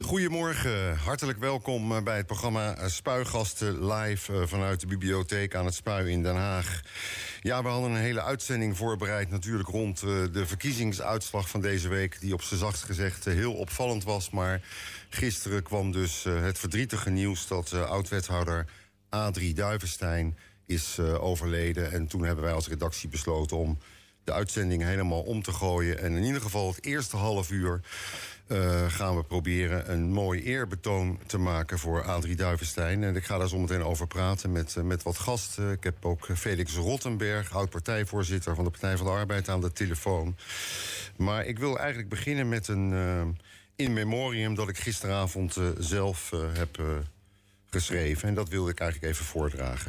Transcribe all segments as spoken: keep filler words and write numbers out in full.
Goedemorgen, hartelijk welkom bij het programma Spuigasten live vanuit de bibliotheek aan het Spui in Den Haag. Ja, we hadden een hele uitzending voorbereid natuurlijk rond de verkiezingsuitslag van deze week, die op z'n zachtst gezegd heel opvallend was. Maar gisteren kwam dus het verdrietige nieuws dat oud-wethouder Adrie Duivenstein is overleden. En toen hebben wij als redactie besloten om de uitzending helemaal om te gooien. En in ieder geval het eerste half uur uh, gaan we proberen een mooi eerbetoon te maken voor Adrie Duivenstein. En ik ga daar zo meteen over praten met, uh, met wat gasten. Ik heb ook Felix Rottenberg, oud-partijvoorzitter van de Partij van de Arbeid, aan de telefoon. Maar ik wil eigenlijk beginnen met een uh, in memoriam dat ik gisteravond uh, zelf uh, heb uh, geschreven. En dat wilde ik eigenlijk even voordragen.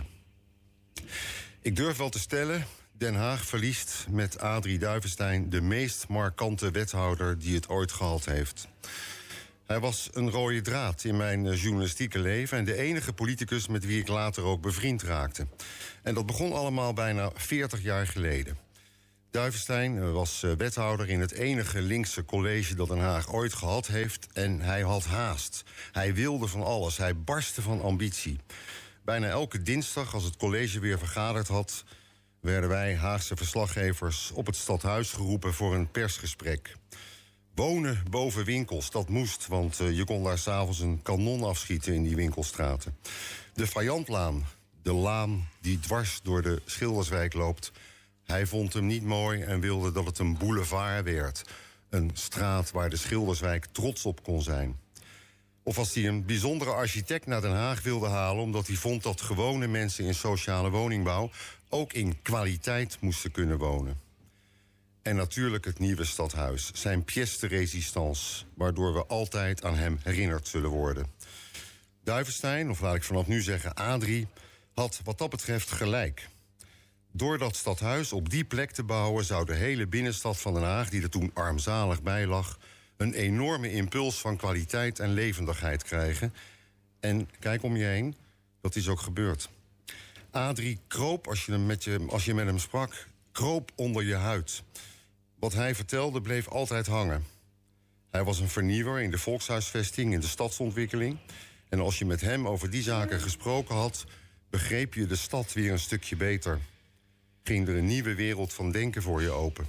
Ik durf wel te stellen, Den Haag verliest met Adrie Duivenstein de meest markante wethouder die het ooit gehad heeft. Hij was een rode draad in mijn journalistieke leven en de enige politicus met wie ik later ook bevriend raakte. En dat begon allemaal bijna veertig jaar geleden. Duivenstein was wethouder in het enige linkse college dat Den Haag ooit gehad heeft en hij had haast. Hij wilde van alles, hij barstte van ambitie. Bijna elke dinsdag, als het college weer vergaderd had, werden wij Haagse verslaggevers op het stadhuis geroepen voor een persgesprek. Wonen boven winkels, dat moest, want uh, je kon daar 's avonds een kanon afschieten in die winkelstraten. De Vajandlaan, de laan die dwars door de Schilderswijk loopt, hij vond hem niet mooi en wilde dat het een boulevard werd. Een straat waar de Schilderswijk trots op kon zijn. Of als hij een bijzondere architect naar Den Haag wilde halen, omdat hij vond dat gewone mensen in sociale woningbouw ook in kwaliteit moesten kunnen wonen. En natuurlijk het nieuwe stadhuis, zijn pièce de résistance, waardoor we altijd aan hem herinnerd zullen worden. Duivenstein, of laat ik vanaf nu zeggen Adrie, had wat dat betreft gelijk. Door dat stadhuis op die plek te bouwen zou de hele binnenstad van Den Haag, die er toen armzalig bij lag, een enorme impuls van kwaliteit en levendigheid krijgen. En kijk om je heen, dat is ook gebeurd. Adrie kroop, als je, hem met je, als je met hem sprak, kroop onder je huid. Wat hij vertelde bleef altijd hangen. Hij was een vernieuwer in de volkshuisvesting, in de stadsontwikkeling. En als je met hem over die zaken gesproken had, begreep je de stad weer een stukje beter. Ging er een nieuwe wereld van denken voor je open.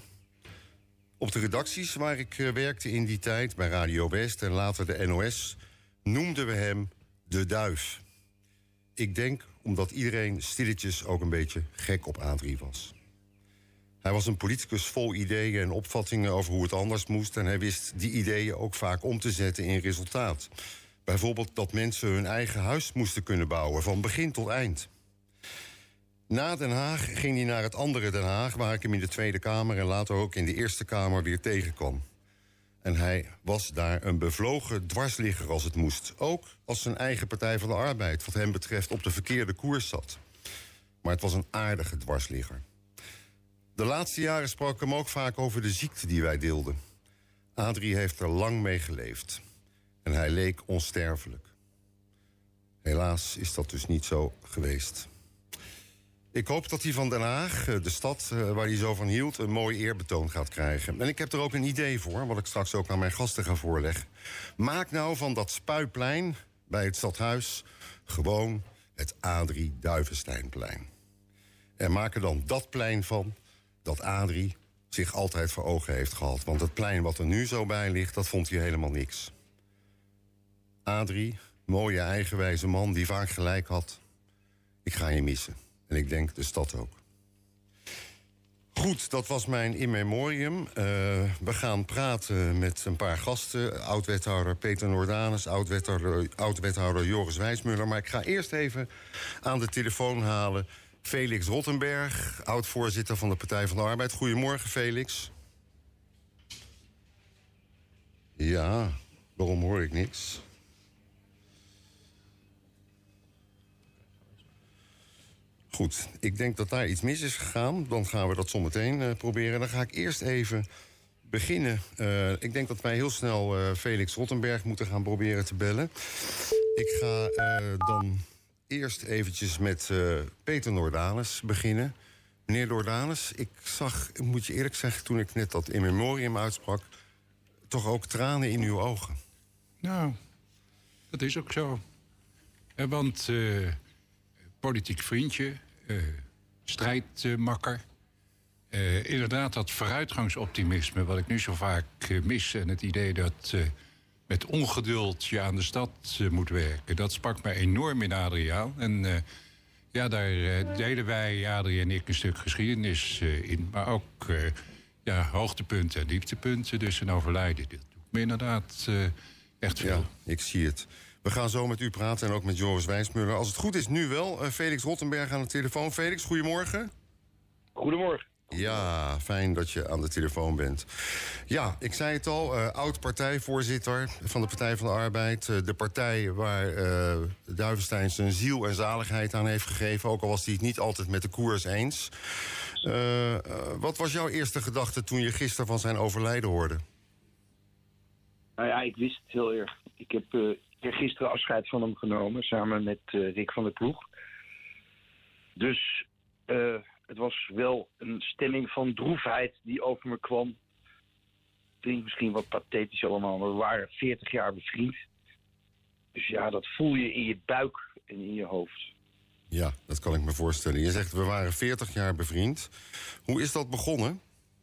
Op de redacties waar ik uh, werkte in die tijd, bij Radio West en later de N O S, noemden we hem de Duif. Ik denk omdat iedereen stilletjes ook een beetje gek op Adrie was. Hij was een politicus vol ideeën en opvattingen over hoe het anders moest, en hij wist die ideeën ook vaak om te zetten in resultaat. Bijvoorbeeld dat mensen hun eigen huis moesten kunnen bouwen, van begin tot eind. Na Den Haag ging hij naar het andere Den Haag, waar ik hem in de Tweede Kamer en later ook in de Eerste Kamer weer tegenkwam. En hij was daar een bevlogen dwarsligger als het moest. Ook als zijn eigen Partij van de Arbeid, wat hem betreft, op de verkeerde koers zat. Maar het was een aardige dwarsligger. De laatste jaren sprak ik hem ook vaak over de ziekte die wij deelden. Adrie heeft er lang mee geleefd. En hij leek onsterfelijk. Helaas is dat dus niet zo geweest. Ik hoop dat hij van Den Haag, de stad waar hij zo van hield, een mooi eerbetoon gaat krijgen. En ik heb er ook een idee voor, wat ik straks ook aan mijn gasten ga voorleggen. Maak nou van dat Spuiplein bij het stadhuis gewoon het Adrie Duivensteinplein. En maak er dan dat plein van dat Adrie zich altijd voor ogen heeft gehad. Want het plein wat er nu zo bij ligt, dat vond hij helemaal niks. Adrie, mooie eigenwijze man die vaak gelijk had. Ik ga je missen. En ik denk de stad ook. Goed, dat was mijn in memoriam. Uh, we gaan praten met een paar gasten. Oud-wethouder Peter Noordanus, oud-wethouder, oud-wethouder Joris Wijsmuller. Maar ik ga eerst even aan de telefoon halen Felix Rottenberg, oud-voorzitter van de Partij van de Arbeid. Goedemorgen, Felix. Ja, waarom hoor ik niks? Goed, ik denk dat daar iets mis is gegaan. Dan gaan we dat zometeen uh, proberen. Dan ga ik eerst even beginnen. Uh, ik denk dat wij heel snel uh, Felix Rottenberg moeten gaan proberen te bellen. Ik ga uh, dan eerst eventjes met uh, Peter Noordanus beginnen. Meneer Noordanus, ik zag, moet je eerlijk zeggen, toen ik net dat in memoriam uitsprak, toch ook tranen in uw ogen. Nou, Dat is ook zo. Eh, want uh, politiek vriendje, uh, strijdmakker. Uh, inderdaad, dat vooruitgangsoptimisme wat ik nu zo vaak uh, mis... en het idee dat uh, met ongeduld je aan de stad uh, moet werken... dat sprak mij enorm in Adriaan. En uh, ja, daar uh, delen wij, Adrie en ik, een stuk geschiedenis uh, in. Maar ook uh, ja, hoogtepunten en dieptepunten. Dus een overlijden, dat doet me inderdaad uh, echt veel. Ja, ik zie het. We gaan zo met u praten en ook met Joris Wijnsmuller. Als het goed is, nu wel. Uh, Felix Rottenberg aan de telefoon. Felix, goedemorgen. Goedemorgen. Ja, fijn dat je aan de telefoon bent. Ja, ik zei het al, uh, oud-partijvoorzitter van de Partij van de Arbeid. Uh, de partij waar uh, Duivenstein zijn ziel en zaligheid aan heeft gegeven... ook al was hij het niet altijd met de koers eens. Uh, uh, wat was jouw eerste gedachte toen je gisteren van zijn overlijden hoorde? Nou ja, ik wist het heel erg. Ik heb uh, gisteren afscheid van hem genomen, samen met uh, Rick van der Ploeg. Dus... Uh, Het was wel een stemming van droefheid die over me kwam. Het klinkt misschien wat pathetisch allemaal, maar we waren veertig jaar bevriend. Dus ja, dat voel je in je buik en in je hoofd. Ja, dat kan ik me voorstellen. Je zegt, we waren veertig jaar bevriend. Hoe is dat begonnen?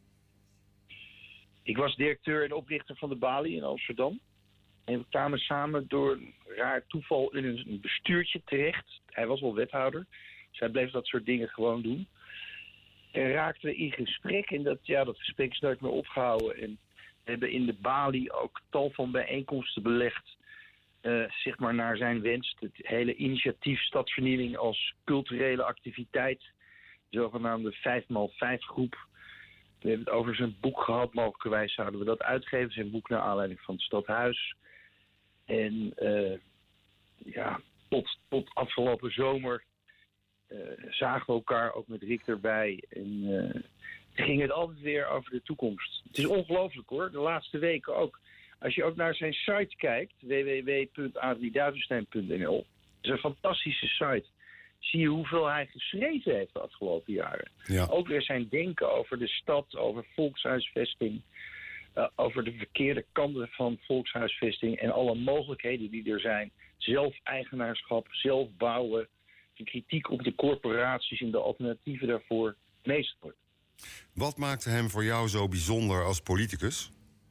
Ik was directeur en oprichter van de Bali in Amsterdam. En we kwamen samen door een raar toeval in een bestuurtje terecht. Hij was al wethouder, dus hij bleef dat soort dingen gewoon doen. En raakten we in gesprek en dat, ja, dat gesprek is nooit meer opgehouden. En we hebben in de Bali ook tal van bijeenkomsten belegd, uh, zeg maar naar zijn wens. Het hele initiatief Stadsvernieuwing als culturele activiteit, de zogenaamde vijf maal vijf groep. We hebben het over zijn boek gehad, mogelijkerwijs zouden we dat uitgeven. Zijn boek naar aanleiding van het Stadhuis. En uh, ja, tot, tot afgelopen zomer... Uh, zagen we elkaar ook met Rick erbij. En uh, ging het altijd weer over de toekomst. Het is ongelooflijk hoor, de laatste weken ook. Als je ook naar zijn site kijkt, w w w punt adrie duivenstein punt n l. Dat is een fantastische site. Zie je hoeveel hij geschreven heeft de afgelopen jaren. Ja. Ook weer zijn denken over de stad, over volkshuisvesting. Uh, over de verkeerde kanten van volkshuisvesting. En alle mogelijkheden die er zijn. Zelfeigenaarschap, zelf bouwen. De kritiek op de corporaties en de alternatieven daarvoor meesterlijk. Wat maakte hem voor jou zo bijzonder als politicus?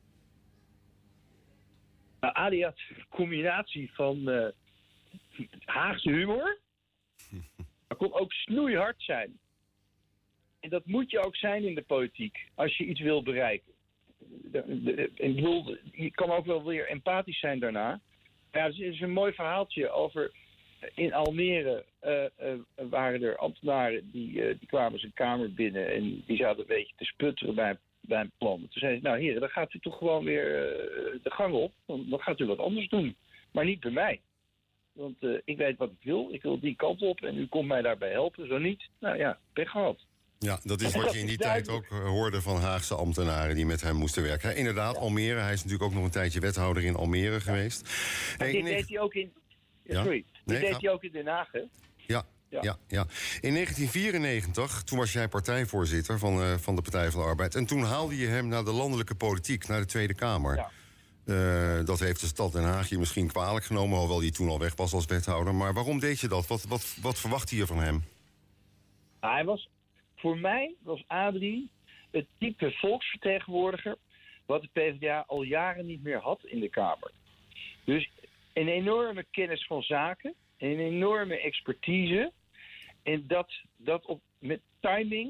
Nou, Adi had een combinatie van uh, Haagse humor. Maar kon ook snoeihard zijn. En dat moet je ook zijn in de politiek, als je iets wil bereiken. Ik bedoel, je kan ook wel weer empathisch zijn daarna. Ja, het is een mooi verhaaltje over... In Almere uh, uh, waren er ambtenaren die, uh, die kwamen zijn kamer binnen... en die zaten een beetje te sputteren bij, bij een plan. Toen zei ze, nou heren, dan gaat u toch gewoon weer uh, de gang op. Dan, dan gaat u wat anders doen. Maar niet bij mij. Want uh, ik weet wat ik wil. Ik wil die kant op en u komt mij daarbij helpen. Zo niet, nou ja, pech gehad. Ja, dat is wat je in die tijd ook hoorde van Haagse ambtenaren die met hem moesten werken. Ja, inderdaad, Almere. Hij is natuurlijk ook nog een tijdje wethouder in Almere geweest. Ja. Hey, dit deed hij ook in... Ja, sorry, ja? nee, dit deed hij ook in Den Haag, hè? Ja, ja. Ja, ja. In negentien vierennegentig, toen was jij partijvoorzitter van, uh, van de Partij van de Arbeid. En toen haalde je hem naar de landelijke politiek, naar de Tweede Kamer. Ja. Uh, dat heeft de stad Den Haag je misschien kwalijk genomen, hoewel hij toen al weg was als wethouder. Maar waarom deed je dat? Wat, wat, wat verwachtte je van hem? Hij was, voor mij was Adrie het type volksvertegenwoordiger wat de PvdA al jaren niet meer had in de Kamer. Dus een enorme kennis van zaken, een enorme expertise. En dat, dat op, met timing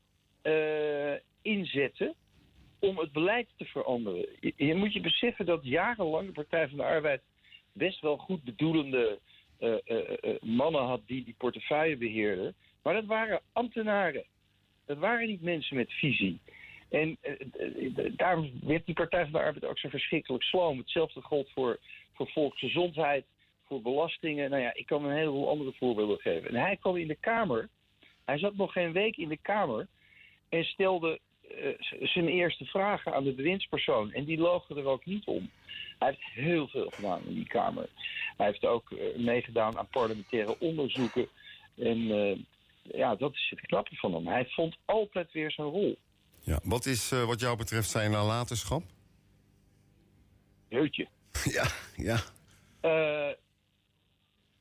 uh, inzetten om het beleid te veranderen. Je, je moet je beseffen dat jarenlang de Partij van de Arbeid best wel goed bedoelende uh, uh, uh, mannen had die die portefeuille beheerden. Maar dat waren ambtenaren. Dat waren niet mensen met visie. En uh, uh, daarom werd die Partij van de Arbeid ook zo verschrikkelijk sloom. Hetzelfde gold voor, voor volksgezondheid, voor belastingen. Nou ja, ik kan een heleboel andere voorbeelden geven. En hij kwam in de Kamer. Hij zat nog geen week in de Kamer en stelde uh, zijn eerste vragen aan de bewindspersoon. En die logen er ook niet om. Hij heeft heel veel gedaan in die Kamer. Hij heeft ook uh, meegedaan aan parlementaire onderzoeken. En uh, ja, dat is het knappe van hem. Hij vond altijd weer zijn rol. Ja, wat is uh, wat jou betreft zijn nalatenschap? Jeutje. Ja, ja. Uh,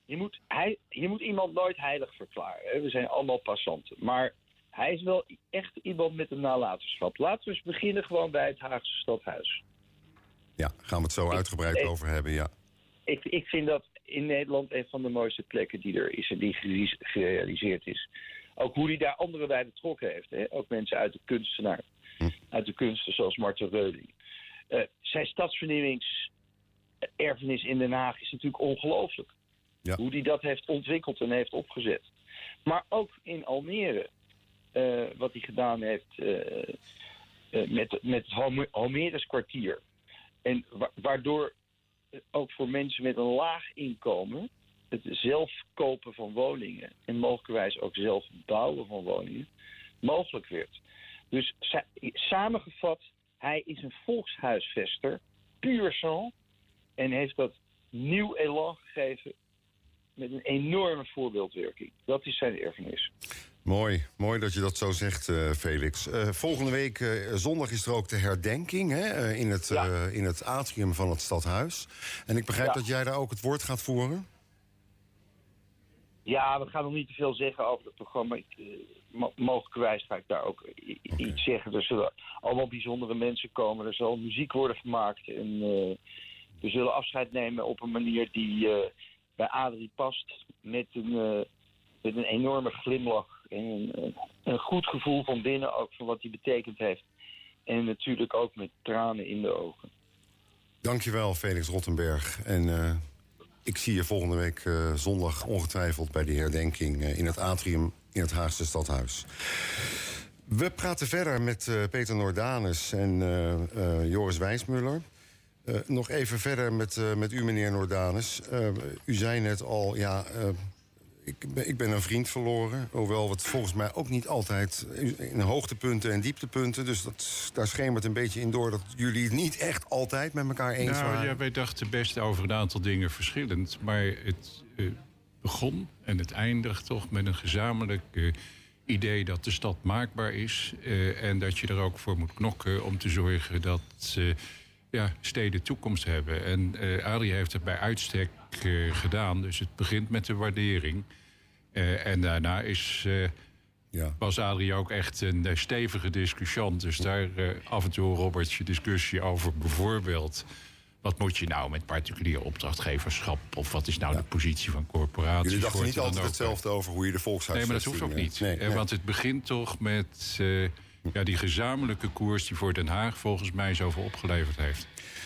je moet, hij, je moet iemand nooit heilig verklaren. Hè? We zijn allemaal passanten. Maar hij is wel echt iemand met een nalatenschap. Laten we eens beginnen gewoon bij het Haagse Stadhuis. Ja, gaan we het zo uitgebreid ik, over hebben, ja. Ik, ik vind dat in Nederland een van de mooiste plekken die er is en die gerealiseerd is. Ook hoe hij daar anderen bij betrokken heeft. Hè? Ook mensen uit de kunstenaar. Hm. Uit de kunsten zoals Marten Reuling. Uh, zijn stadsvernieuwingserfenis in Den Haag is natuurlijk ongelooflijk. Ja. Hoe hij dat heeft ontwikkeld en heeft opgezet. Maar ook in Almere. Uh, wat hij gedaan heeft uh, uh, met, met het Homeruskwartier. En wa- waardoor ook voor mensen met een laag inkomen het zelf kopen van woningen en mogelijkerwijs ook zelf bouwen van woningen mogelijk werd. Dus sa- samengevat, hij is een volkshuisvester, puur sang, en heeft dat nieuw elan gegeven met een enorme voorbeeldwerking. Dat is zijn erfenis. Mooi, mooi dat je dat zo zegt, uh, Felix. Uh, volgende week, uh, zondag, is er ook de herdenking hè, uh, in, het, ja. uh, in het atrium van het stadhuis. En ik begrijp ja. dat jij daar ook het woord gaat voeren? Ja, we gaan nog niet te veel zeggen over het programma. Ik, uh, mo- mogelijkerwijs ga ik daar ook i- okay. iets zeggen. Er zullen allemaal bijzondere mensen komen. Er zal muziek worden gemaakt. En uh, we zullen afscheid nemen op een manier die uh, bij Adrie past. Met een, uh, met een enorme glimlach. En een, een goed gevoel van binnen ook van wat hij betekend heeft. En natuurlijk ook met tranen in de ogen. Dankjewel, Felix Rottenberg. En uh, ik zie je volgende week uh, zondag ongetwijfeld bij de herdenking uh, in het atrium in het Haagse Stadhuis. We praten verder met uh, Peter Noordanus en uh, uh, Joris Wijsmuller. Uh, nog even verder met, uh, met u, meneer Noordanus. Uh, u zei net al, ja... Uh, Ik ben, ik ben een vriend verloren, hoewel het volgens mij ook niet altijd in hoogtepunten en dieptepunten. Dus dat, daar schemert een beetje in door dat jullie het niet echt altijd met elkaar eens nou, waren. Ja, wij dachten best over een aantal dingen verschillend. Maar het uh, begon en het eindigt toch met een gezamenlijk uh, idee dat de stad maakbaar is. Uh, en dat je er ook voor moet knokken om te zorgen dat uh, ja, steden toekomst hebben. En uh, Adrie heeft het bij uitstek uh, gedaan. Dus het begint met de waardering. Uh, en daarna is, uh, ja. was Adrie ook echt een uh, stevige discussiant. Dus daar uh, af en toe, Robertje, discussie over bijvoorbeeld... wat moet je nou met particulier opdrachtgeverschap? Of wat is nou ja. de positie van corporaties? Jullie dachten niet altijd hetzelfde over hoe je de volkshuisvesting... Nee, maar dat hoeft ook niet. Nee, uh, nee. Want het begint toch met uh, ja, die gezamenlijke koers... die voor Den Haag volgens mij zoveel opgeleverd heeft.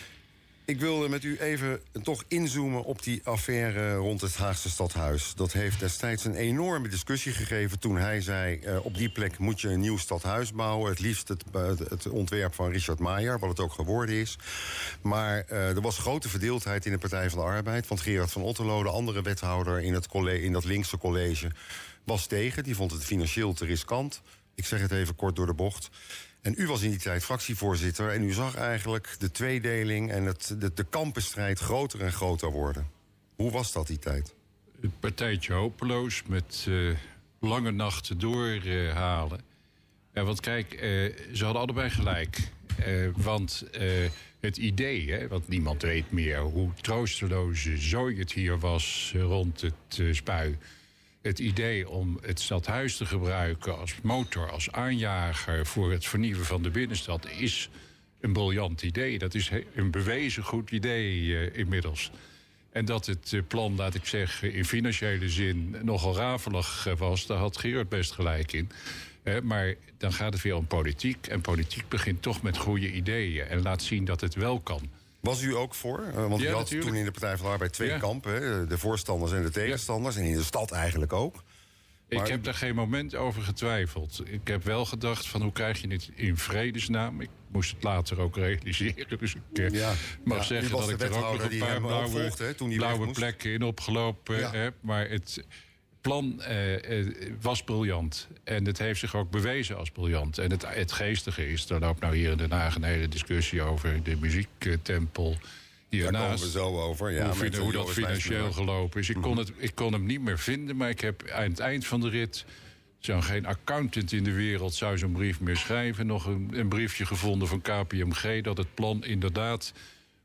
Ik wilde met u even toch inzoomen op die affaire rond het Haagse Stadhuis. Dat heeft destijds een enorme discussie gegeven toen hij zei... Uh, op die plek moet je een nieuw stadhuis bouwen. Het liefst het, uh, het ontwerp van Richard Meijer, wat het ook geworden is. Maar uh, er was grote verdeeldheid in de Partij van de Arbeid. Want Gerard van Otterlo, de andere wethouder in, het college, in dat linkse college... was tegen, die vond het financieel te riskant. Ik zeg het even kort door de bocht. En u was in die tijd fractievoorzitter en u zag eigenlijk de tweedeling en het, de, de kampenstrijd groter en groter worden. Hoe was dat die tijd? Het partijtje hopeloos met uh, lange nachten doorhalen. Uh, uh, want kijk, uh, ze hadden allebei gelijk. Uh, want uh, het idee, hè, want niemand weet meer hoe troosteloze zooi het hier was uh, rond het uh, Spui... Het idee om het stadhuis te gebruiken als motor, als aanjager... voor het vernieuwen van de binnenstad is een briljant idee. Dat is een bewezen goed idee uh, inmiddels. En dat het uh, plan, laat ik zeggen, in financiële zin nogal rafelig uh, was... daar had Gerard best gelijk in. Uh, maar dan gaat het weer om politiek. En politiek begint toch met goede ideeën en laat zien dat het wel kan. Was u ook voor? Uh, want ja, u had natuurlijk. toen in de Partij van de Arbeid twee ja. kampen. Hè? De voorstanders en de tegenstanders. Ja. En in de stad eigenlijk ook. Ik maar... heb daar geen moment over getwijfeld. Ik heb wel gedacht van hoe krijg je dit in vredesnaam? Ik moest het later ook realiseren. Dus ik uh, ja. mag ja, zeggen dat ik er ook nog een paar blauwe, volgde, hè, toen blauwe plekken in opgelopen ja. heb. Maar het plan uh, uh, was briljant. En het heeft zich ook bewezen als briljant. En het, het geestige is, er loopt nou hier in Den Haag een hele discussie over de muziektempel. Hiernaast, daar komen we zo over. Ja, hoe, vind, hoe dat financieel gelopen is. Ik kon, het, ik kon hem niet meer vinden, maar ik heb aan het eind van de rit... zou geen accountant in de wereld zou zo'n brief meer schrijven. Nog een, een briefje gevonden van K P M G... dat het plan inderdaad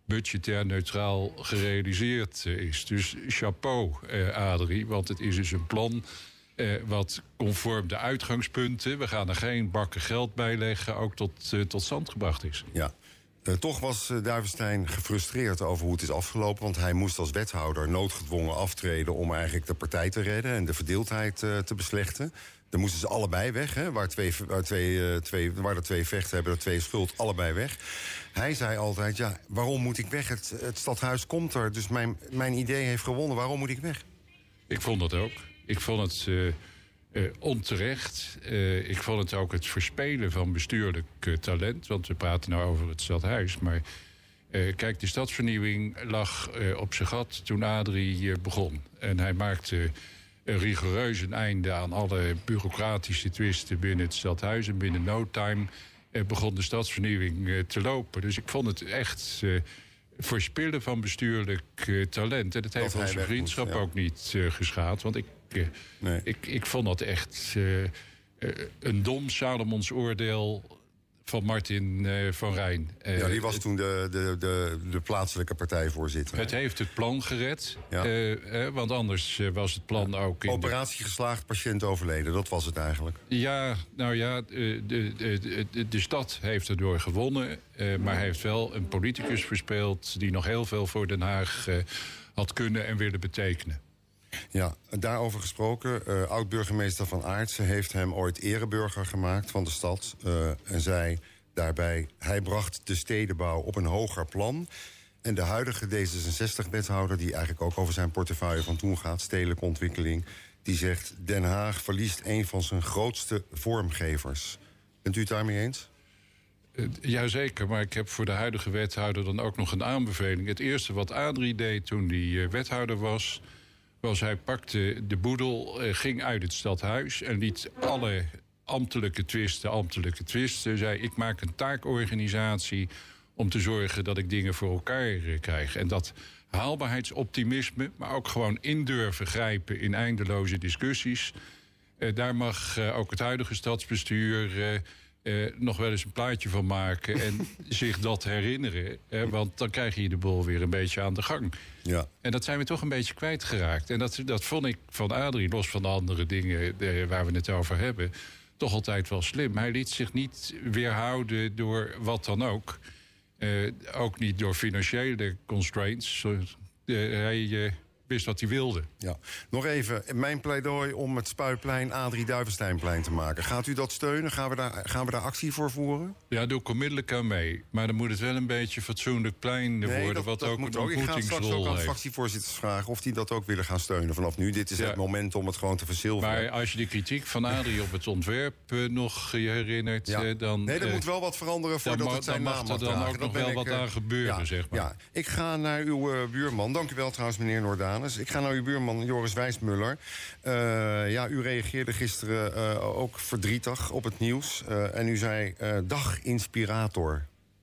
budgetair neutraal gerealiseerd uh, is. Dus chapeau, uh, Adrie, want het is dus een plan uh, wat conform de uitgangspunten, we gaan er geen bakken geld bij leggen, ook tot, uh, tot stand gebracht is. Ja. Uh, toch was uh, Duivenstein gefrustreerd over hoe het is afgelopen, want hij moest als wethouder noodgedwongen aftreden om eigenlijk de partij te redden en de verdeeldheid uh, te beslechten. Dan moesten ze allebei weg, hè? Waar, twee, waar, twee, uh, twee, waar er twee vechten hebben, er twee schuld, allebei weg. Hij zei altijd, ja, waarom moet ik weg? Het, het stadhuis komt er, dus mijn, mijn idee heeft gewonnen. Waarom moet ik weg? Ik vond dat ook. Ik vond het uh, uh, onterecht. Uh, ik vond het ook het verspelen van bestuurlijk uh, talent. Want we praten nou over het stadhuis. Maar uh, kijk, de stadsvernieuwing lag uh, op zijn gat toen Adrie uh, begon. En hij maakte Uh, rigoureus een einde aan alle bureaucratische twisten binnen het stadhuis. En binnen no time eh, begon de stadsvernieuwing eh, te lopen. Dus ik vond het echt eh, verspillen van bestuurlijk eh, talent. En dat heeft onze vriendschap moet, ja. ook niet uh, geschaad. Want ik, uh, nee. ik, ik vond dat echt uh, uh, een dom Salomons oordeel van Martin uh, van Rijn. Uh, ja, die was toen de, de, de, de plaatselijke partijvoorzitter. Het hè? heeft het plan gered. Ja. Uh, uh, want anders uh, was het plan ja. ook... In Operatie de... geslaagd, patiënt overleden. Dat was het eigenlijk. Ja, nou ja, de, de, de, de, de stad heeft erdoor gewonnen. Uh, maar hij heeft wel een politicus verspeeld die nog heel veel voor Den Haag uh, had kunnen en willen betekenen. Ja, daarover gesproken. Uh, oud-burgemeester Van Aartsen heeft hem ooit ereburger gemaakt van de stad. Uh, en zei daarbij, hij bracht de stedenbouw op een hoger plan. En de huidige D zesenzestig-wethouder, die eigenlijk ook over zijn portefeuille van toen gaat, stedelijke ontwikkeling, die zegt, Den Haag verliest een van zijn grootste vormgevers. Bent u het daarmee eens? Uh, Jazeker, maar ik heb voor de huidige wethouder dan ook nog een aanbeveling. Het eerste wat Adrie deed toen hij uh, wethouder was, was hij pakte de boedel, uh, ging uit het stadhuis en liet alle ambtelijke twisten, ambtelijke twisten. Zei, ik maak een taakorganisatie om te zorgen dat ik dingen voor elkaar uh, krijg. En dat haalbaarheidsoptimisme, maar ook gewoon indurven grijpen in eindeloze discussies. Uh, daar mag uh, ook het huidige stadsbestuur Uh, Uh, nog wel eens een plaatje van maken en zich dat herinneren. Uh, want dan krijg je de boel weer een beetje aan de gang. Ja. En dat zijn we toch een beetje kwijtgeraakt. En dat, dat vond ik van Adrie, los van de andere dingen uh, waar we het over hebben, toch altijd wel slim. Hij liet zich niet weerhouden door wat dan ook. Uh, ook niet door financiële constraints. Uh, hij uh, wist wat hij wilde. Ja. Nog even, mijn pleidooi om het Spuiplein Adrie Duivensteinplein te maken. Gaat u dat steunen? Gaan we daar, gaan we daar actie voor voeren? Ja, doe ik onmiddellijk aan mee. Maar dan moet het wel een beetje fatsoenlijk plein nee, worden, dat, wat dat ook moet een ontmoetingsrol heeft. Ik ga straks ook aan fractievoorzitters vragen of die dat ook willen gaan steunen vanaf nu. Dit is ja. het moment om het gewoon te verzilveren. Maar als je de kritiek van Adrie op het ontwerp uh, nog je herinnert, ja. uh, dan... Nee, er uh, moet wel wat veranderen voordat ma- het zijn naam mag dragen. Dan mag er dan ook nog wel ik, wat aan gebeuren, ja, zeg maar. Ja. Ik ga naar uw uh, buurman. Dank u wel trouwens, meneer Noordanus. Ik ga naar uw buurman Joris Wijsmuller. Uh, ja, u reageerde gisteren uh, ook verdrietig op het nieuws. Uh, en u zei, uh, dag inspirator.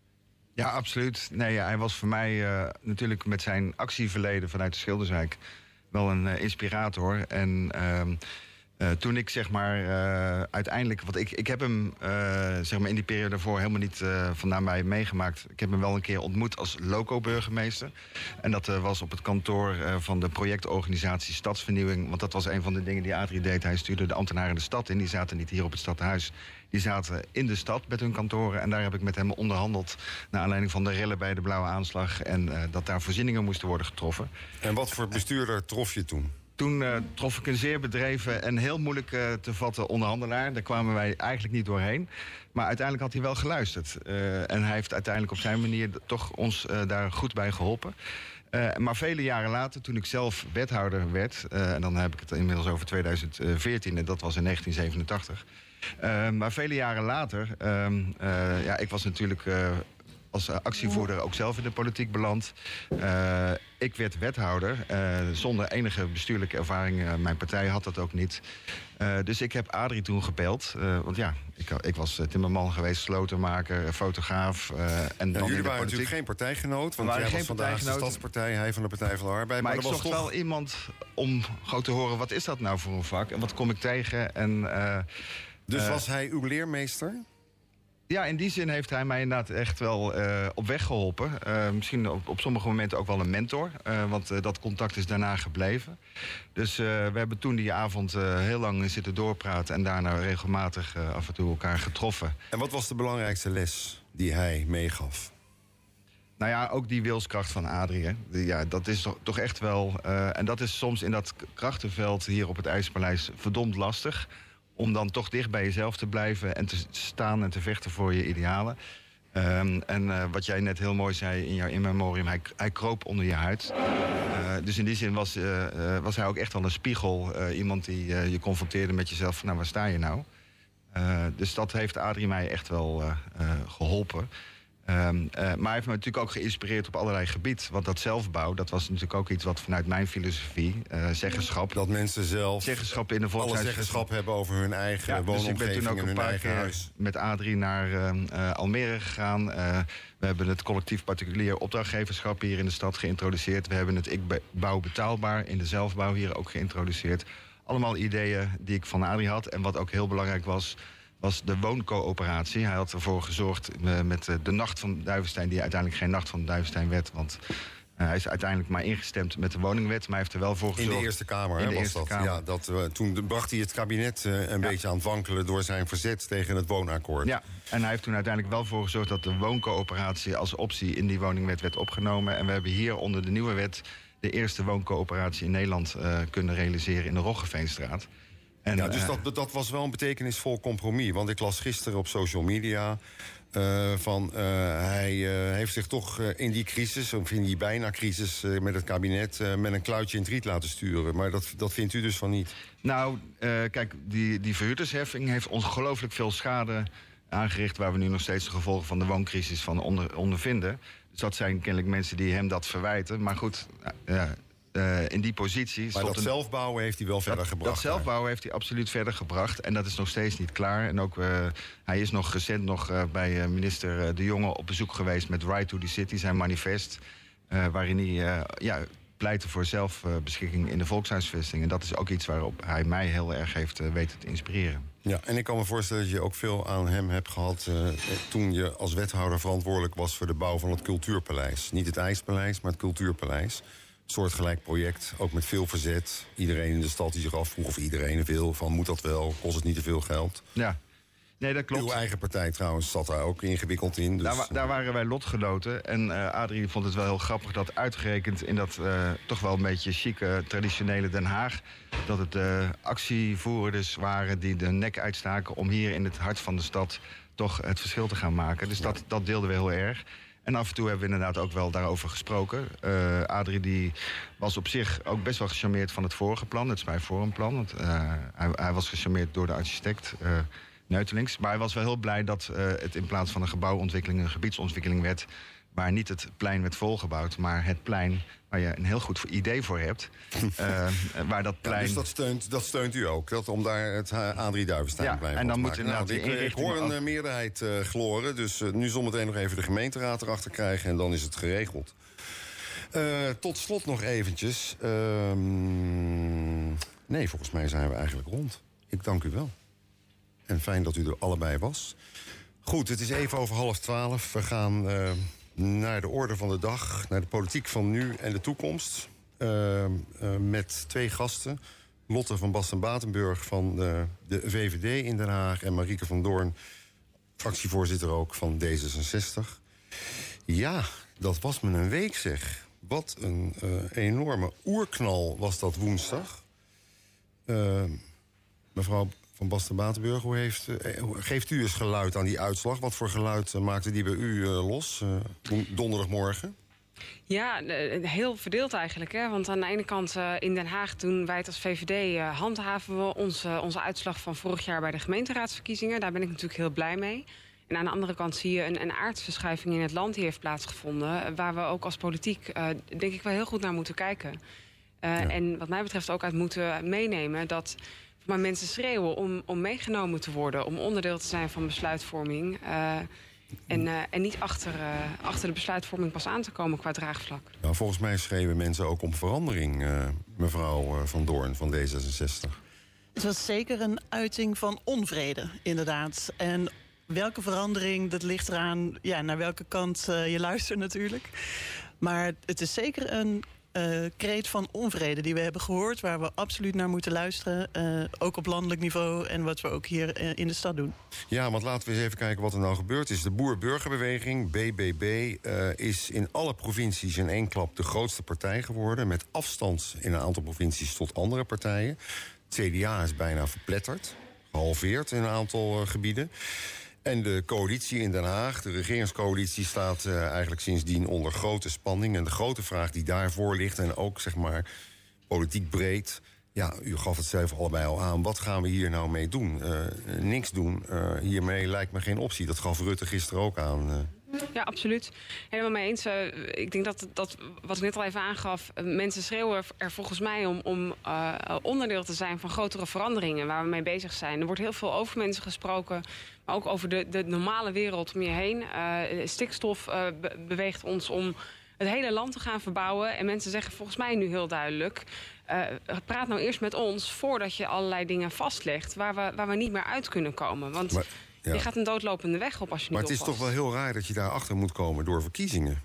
Ja, absoluut. Nee, ja, hij was voor mij uh, natuurlijk met zijn actieverleden vanuit de Schilderswijk wel een uh, inspirator. En uh, uh, toen ik zeg maar uh, uiteindelijk, want ik, ik heb hem uh, zeg maar in die periode daarvoor helemaal niet uh, van nabij meegemaakt. Ik heb hem wel een keer ontmoet als loco-burgemeester. En dat uh, was op het kantoor uh, van de projectorganisatie Stadsvernieuwing. Want dat was een van de dingen die Adrie deed. Hij stuurde de ambtenaren de stad in. Die zaten niet hier op het stadhuis. Die zaten in de stad met hun kantoren. En daar heb ik met hem onderhandeld naar aanleiding van de rellen bij de Blauwe Aanslag. En uh, dat daar voorzieningen moesten worden getroffen. En wat voor bestuurder trof je toen? Toen uh, trof ik een zeer bedreven en heel moeilijk uh, te vatten onderhandelaar. Daar kwamen wij eigenlijk niet doorheen. Maar uiteindelijk had hij wel geluisterd. Uh, en hij heeft uiteindelijk op zijn manier toch ons uh, daar goed bij geholpen. Uh, maar vele jaren later, toen ik zelf wethouder werd, Uh, en dan heb ik het inmiddels over tweeduizend veertien, en dat was in negentien zevenentachtig. Uh, maar vele jaren later, uh, uh, ja, ik was natuurlijk Uh, als actievoerder ook zelf in de politiek beland. Uh, ik werd wethouder, uh, zonder enige bestuurlijke ervaring. Uh, mijn partij had dat ook niet. Uh, dus ik heb Adrie toen gebeld. Uh, want ja, ik, ik was timmerman geweest, slotenmaker, fotograaf. Uh, en ja, dan jullie in de waren natuurlijk geen partijgenoot. Want jij was vandaag de Stadspartij, hij van de Partij van de Arbeid. Maar, maar ik was zocht toch wel iemand om gewoon te horen, wat is dat nou voor een vak? En wat kom ik tegen? En, uh, dus uh, was hij uw leermeester? Ja, in die zin heeft hij mij inderdaad echt wel uh, op weg geholpen. Uh, misschien op, op sommige momenten ook wel een mentor. Uh, want uh, dat contact is daarna gebleven. Dus uh, we hebben toen die avond uh, heel lang zitten doorpraten... en daarna regelmatig uh, af en toe elkaar getroffen. En wat was de belangrijkste les die hij meegaf? Nou ja, ook die wilskracht van Adrie. Ja, dat is toch, toch echt wel... Uh, en dat is soms in dat krachtenveld hier op het IJsselpaleis verdomd lastig... om dan toch dicht bij jezelf te blijven en te staan en te vechten voor je idealen. Um, en uh, wat jij net heel mooi zei in jouw in memoriam, hij, hij kroop onder je huid. Uh, dus in die zin was, uh, uh, was hij ook echt wel een spiegel. Uh, iemand die uh, je confronteerde met jezelf van, nou, waar sta je nou? Uh, dus dat heeft Adrie mij echt wel uh, uh, geholpen. Um, uh, maar hij heeft me natuurlijk ook geïnspireerd op allerlei gebied. Want dat zelfbouw, dat was natuurlijk ook iets wat vanuit mijn filosofie... Uh, zeggenschap... Dat mensen zelf zeggenschap in de volkshuis... alle zeggenschap hebben over hun eigen ja, woonomgeving dus ik ben toen ook en een hun paar eigen keer huis. met Adrie naar uh, uh, Almere gegaan. Uh, we hebben het collectief particulier opdrachtgeverschap hier in de stad geïntroduceerd. We hebben het Ik Bouw Betaalbaar in de zelfbouw hier ook geïntroduceerd. Allemaal ideeën die ik van Adrie had. En wat ook heel belangrijk was... was de wooncoöperatie. Hij had ervoor gezorgd uh, met uh, de Nacht van Duivenstein... die uiteindelijk geen Nacht van Duivenstein werd... want uh, hij is uiteindelijk maar ingestemd met de woningwet... maar hij heeft er wel voor gezorgd... In de Eerste Kamer, hè, was dat. Ja, dat uh, toen bracht hij het kabinet uh, een ja. beetje aan het wankelen... door zijn verzet tegen het woonakkoord. Ja, en hij heeft toen uiteindelijk wel voor gezorgd... dat de wooncoöperatie als optie in die woningwet werd opgenomen. En we hebben hier onder de nieuwe wet... de eerste wooncoöperatie in Nederland uh, kunnen realiseren in de Roggeveenstraat. En, ja, dus uh, dat, dat was wel een betekenisvol compromis. Want ik las gisteren op social media... Uh, van uh, hij uh, heeft zich toch uh, in die crisis, of in die bijna crisis uh, met het kabinet... Uh, met een kluitje in het riet laten sturen. Maar dat, dat vindt u dus van niet? Nou, uh, kijk, die, die verhuurdersheffing heeft ongelooflijk veel schade aangericht... waar we nu nog steeds de gevolgen van de wooncrisis van onder, ondervinden. Dus dat zijn kennelijk mensen die hem dat verwijten. Maar goed... Uh, Uh, in die positie... Maar dat een... zelfbouwen heeft hij wel verder dat, gebracht. Dat zelfbouwen heeft hij absoluut verder gebracht. En dat is nog steeds niet klaar. En ook, uh, hij is nog recent nog uh, bij uh, minister De Jonge op bezoek geweest... met Right to the City, zijn manifest... Uh, waarin hij uh, ja, pleitte voor zelfbeschikking in de volkshuisvesting. En dat is ook iets waarop hij mij heel erg heeft uh, weten te inspireren. Ja, en ik kan me voorstellen dat je ook veel aan hem hebt gehad... Uh, toen je als wethouder verantwoordelijk was voor de bouw van het Cultuurpaleis. Niet het IJspaleis, maar het Cultuurpaleis. Soortgelijk project, ook met veel verzet. Iedereen in de stad die zich afvroeg, of iedereen veel... van moet dat wel, kost het niet te veel geld? Ja, nee, dat klopt. Uw eigen partij trouwens zat daar ook ingewikkeld in. Dus... Daar, daar waren wij lotgenoten. En uh, Adrie vond het wel heel grappig dat uitgerekend... in dat uh, toch wel een beetje chique, traditionele Den Haag... dat het uh, actievoerders waren die de nek uitstaken... om hier in het hart van de stad toch het verschil te gaan maken. Dus ja. dat, dat deelden we heel erg. En af en toe hebben we inderdaad ook wel daarover gesproken. Uh, Adrie die was op zich ook best wel gecharmeerd van het vorige plan, het Spijforumplan. Want, uh, hij, hij was gecharmeerd door de architect uh, Neutelings. Maar hij was wel heel blij dat uh, het in plaats van een gebouwontwikkeling... een gebiedsontwikkeling werd... waar niet het plein werd volgebouwd, maar het plein... waar je een heel goed idee voor hebt. Uh, waar dat plein... Ja, dus dat steunt, dat steunt u ook, dat, om daar het Adrie Duivenstein ja, plein en dan te moet maken. inderdaad Nou, ik, ik hoor een ook... meerderheid uh, gloren, dus uh, nu zometeen nog even de gemeenteraad erachter krijgen... en dan is het geregeld. Uh, tot slot nog eventjes. Uh, nee, volgens mij zijn we eigenlijk rond. Ik dank u wel. En fijn dat u er allebei was. Goed, het is even over half twaalf. We gaan... Uh, naar de orde van de dag, naar de politiek van nu en de toekomst. Uh, uh, met twee gasten. Lotte van Basten-Batenburg van de, de V V D in Den Haag... en Marieke van Doorn, fractievoorzitter ook van D zesenzestig. Ja, dat was me een week, zeg. Wat een uh, enorme oerknal was dat woensdag. Uh, mevrouw... van Basten-Batenburg, hoe heeft, uh, geeft u eens geluid aan die uitslag? Wat voor geluid uh, maakte die bij u uh, los, uh, donderdagmorgen? Ja, uh, heel verdeeld eigenlijk. Hè? Want aan de ene kant uh, in Den Haag doen wij het als V V D... Uh, handhaven we onze, onze uitslag van vorig jaar bij de gemeenteraadsverkiezingen. Daar ben ik natuurlijk heel blij mee. En aan de andere kant zie je een, een aardverschuiving in het land die heeft plaatsgevonden... waar we ook als politiek uh, denk ik wel heel goed naar moeten kijken. Uh, ja. En wat mij betreft ook uit moeten meenemen dat... maar mensen schreeuwen om, om meegenomen te worden... om onderdeel te zijn van besluitvorming... Uh, en, uh, en niet achter, uh, achter de besluitvorming pas aan te komen qua draagvlak. Nou, volgens mij schreeuwen mensen ook om verandering, uh, mevrouw uh, Van Doorn van D zesenzestig. Het was zeker een uiting van onvrede, inderdaad. En welke verandering, dat ligt eraan ja, naar welke kant uh, je luistert natuurlijk. Maar het is zeker een uh, kreet van onvrede die we hebben gehoord, waar we absoluut naar moeten luisteren. Uh, ook op landelijk niveau en wat we ook hier uh, in de stad doen. Ja, want laten we eens even kijken wat er nou gebeurd is. De Boer-Burgerbeweging, B B B, uh, is in alle provincies in één klap de grootste partij geworden, met afstand in een aantal provincies tot andere partijen. Het C D A is bijna verpletterd, gehalveerd in een aantal uh, gebieden. En de coalitie in Den Haag, de regeringscoalitie, staat uh, eigenlijk sindsdien onder grote spanning. En de grote vraag die daarvoor ligt, en ook zeg maar politiek breed, ja, u gaf het zelf allebei al aan, wat gaan we hier nou mee doen? Uh, niks doen, uh, hiermee lijkt me geen optie. Dat gaf Rutte gisteren ook aan. Uh. Ja, absoluut. Helemaal mee eens. Uh, ik denk dat, dat, wat ik net al even aangaf, uh, mensen schreeuwen er volgens mij om, om uh, onderdeel te zijn van grotere veranderingen waar we mee bezig zijn. Er wordt heel veel over mensen gesproken, maar ook over de, de normale wereld om je heen. Uh, stikstof uh, be- beweegt ons om het hele land te gaan verbouwen. En mensen zeggen volgens mij nu heel duidelijk, Uh, praat nou eerst met ons voordat je allerlei dingen vastlegt waar we, waar we niet meer uit kunnen komen. Want maar, ja. je gaat een doodlopende weg op als je niet Maar het oppast. is toch wel heel raar dat je daarachter moet komen door verkiezingen.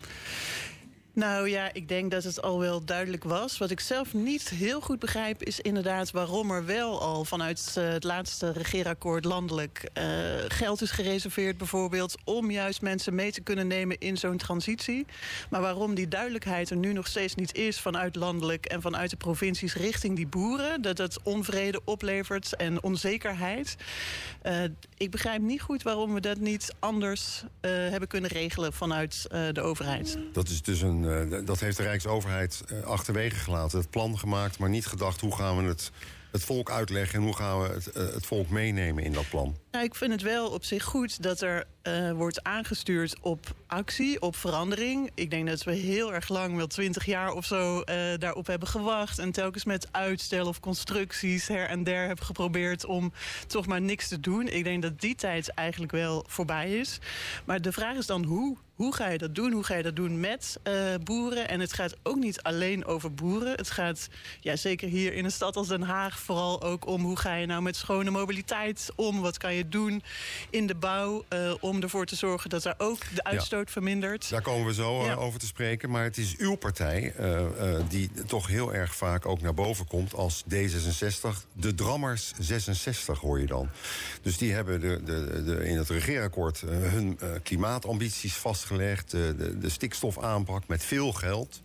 Nou ja, ik denk dat het al wel duidelijk was. Wat ik zelf niet heel goed begrijp is inderdaad waarom er wel al vanuit uh, het laatste regeerakkoord landelijk uh, geld is gereserveerd bijvoorbeeld om juist mensen mee te kunnen nemen in zo'n transitie. Maar waarom die duidelijkheid er nu nog steeds niet is vanuit landelijk en vanuit de provincies richting die boeren, dat het onvrede oplevert en onzekerheid. Uh, ik begrijp niet goed waarom we dat niet anders uh, hebben kunnen regelen vanuit uh, de overheid. Dat is dus een Uh, dat heeft de Rijksoverheid uh, achterwege gelaten. Het plan gemaakt, maar niet gedacht hoe gaan we het, het volk uitleggen en hoe gaan we het, uh, het volk meenemen in dat plan. Nou, ik vind het wel op zich goed dat er uh, wordt aangestuurd op actie, op verandering. Ik denk dat we heel erg lang, wel twintig jaar of zo, uh, daarop hebben gewacht. En telkens met uitstel of constructies her en der hebben geprobeerd om toch maar niks te doen. Ik denk dat die tijd eigenlijk wel voorbij is. Maar de vraag is dan hoe? Hoe ga je dat doen? Hoe ga je dat doen met uh, boeren? En het gaat ook niet alleen over boeren. Het gaat, ja, zeker hier in een stad als Den Haag, vooral ook om hoe ga je nou met schone mobiliteit om? Wat kan je doen in de bouw uh, om ervoor te zorgen dat er ook de uitstoot ja. vermindert? Daar komen we zo uh, ja. over te spreken. Maar het is uw partij uh, uh, die toch heel erg vaak ook naar boven komt als D zesenzestig. De Drammers zesenzestig hoor je dan. Dus die hebben de, de, de, in het regeerakkoord uh, hun uh, klimaatambities vastgelegd. Gelegd, de, de, de stikstofaanpak met veel geld.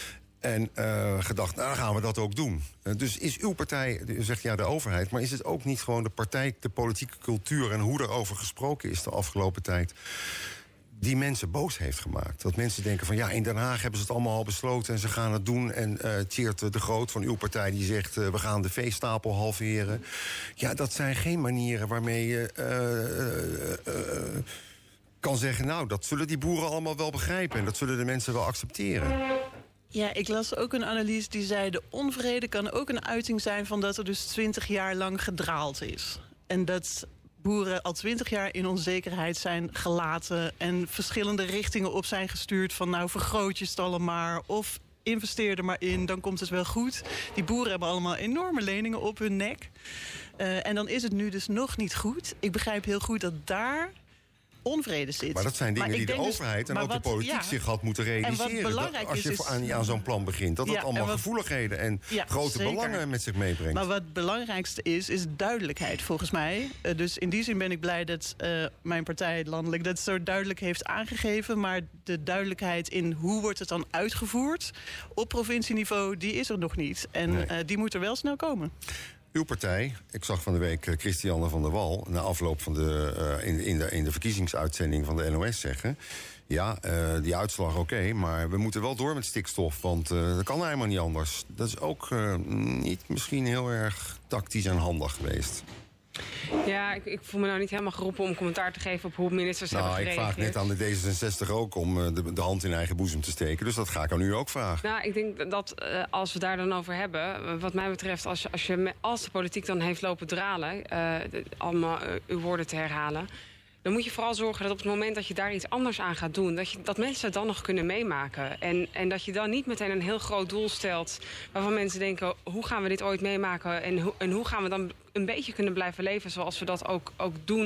En uh, gedacht, nou dan gaan we dat ook doen. Uh, dus is uw partij, u zegt ja de overheid, maar is het ook niet gewoon de partij, de politieke cultuur en hoe erover gesproken is de afgelopen tijd, die mensen boos heeft gemaakt? Dat mensen denken van ja, in Den Haag hebben ze het allemaal al besloten en ze gaan het doen. En uh, Tjeerd de Groot van uw partij die zegt uh, we gaan de veestapel halveren. Ja, dat zijn geen manieren waarmee je Uh, uh, uh, uh, kan zeggen, nou, dat zullen die boeren allemaal wel begrijpen en dat zullen de mensen wel accepteren. Ja, ik las ook een analyse die zei de onvrede kan ook een uiting zijn van dat er dus twintig jaar lang gedraald is. En dat boeren al twintig jaar in onzekerheid zijn gelaten en verschillende richtingen op zijn gestuurd van nou vergroot je stallen maar of investeer er maar in, dan komt het wel goed. Die boeren hebben allemaal enorme leningen op hun nek. Uh, en dan is het nu dus nog niet goed. Ik begrijp heel goed dat daar onvrede zit. Maar dat zijn dingen die de dus, overheid en ook wat, de politiek ja, zich had moeten realiseren. Dat als je is, aan, aan zo'n plan begint, dat ja, dat allemaal wat, gevoeligheden en ja, grote zeker. belangen met zich meebrengt. Maar wat het belangrijkste is, is duidelijkheid volgens mij. Uh, dus in die zin ben ik blij dat uh, mijn partij landelijk dat zo duidelijk heeft aangegeven. Maar de duidelijkheid in hoe wordt het dan uitgevoerd op provincieniveau, die is er nog niet. En nee. uh, die moet er wel snel komen. Uw partij, ik zag van de week Christiane van der Wal na afloop van de, uh, in, in, de, in de verkiezingsuitzending van de N O S zeggen, ja, uh, die uitslag oké, okay, maar we moeten wel door met stikstof, want uh, dat kan helemaal niet anders. Dat is ook uh, niet misschien heel erg tactisch en handig geweest. Ja, ik, ik voel me nou niet helemaal geroepen om commentaar te geven op hoe ministers nou, hebben gereageerd. Nou, ik vraag net aan de D zesenzestig ook om uh, de, de hand in eigen boezem te steken. Dus dat ga ik aan u ook vragen. Nou, ik denk dat uh, als we daar dan over hebben, wat mij betreft, als, je, als, je, als de politiek dan heeft lopen dralen, uh, de, allemaal uh, uw woorden te herhalen, dan moet je vooral zorgen dat op het moment dat je daar iets anders aan gaat doen, dat, je, dat mensen het dan nog kunnen meemaken. En, en dat je dan niet meteen een heel groot doel stelt waarvan mensen denken, hoe gaan we dit ooit meemaken en, ho- en hoe gaan we dan een beetje kunnen blijven leven zoals we dat ook, ook doen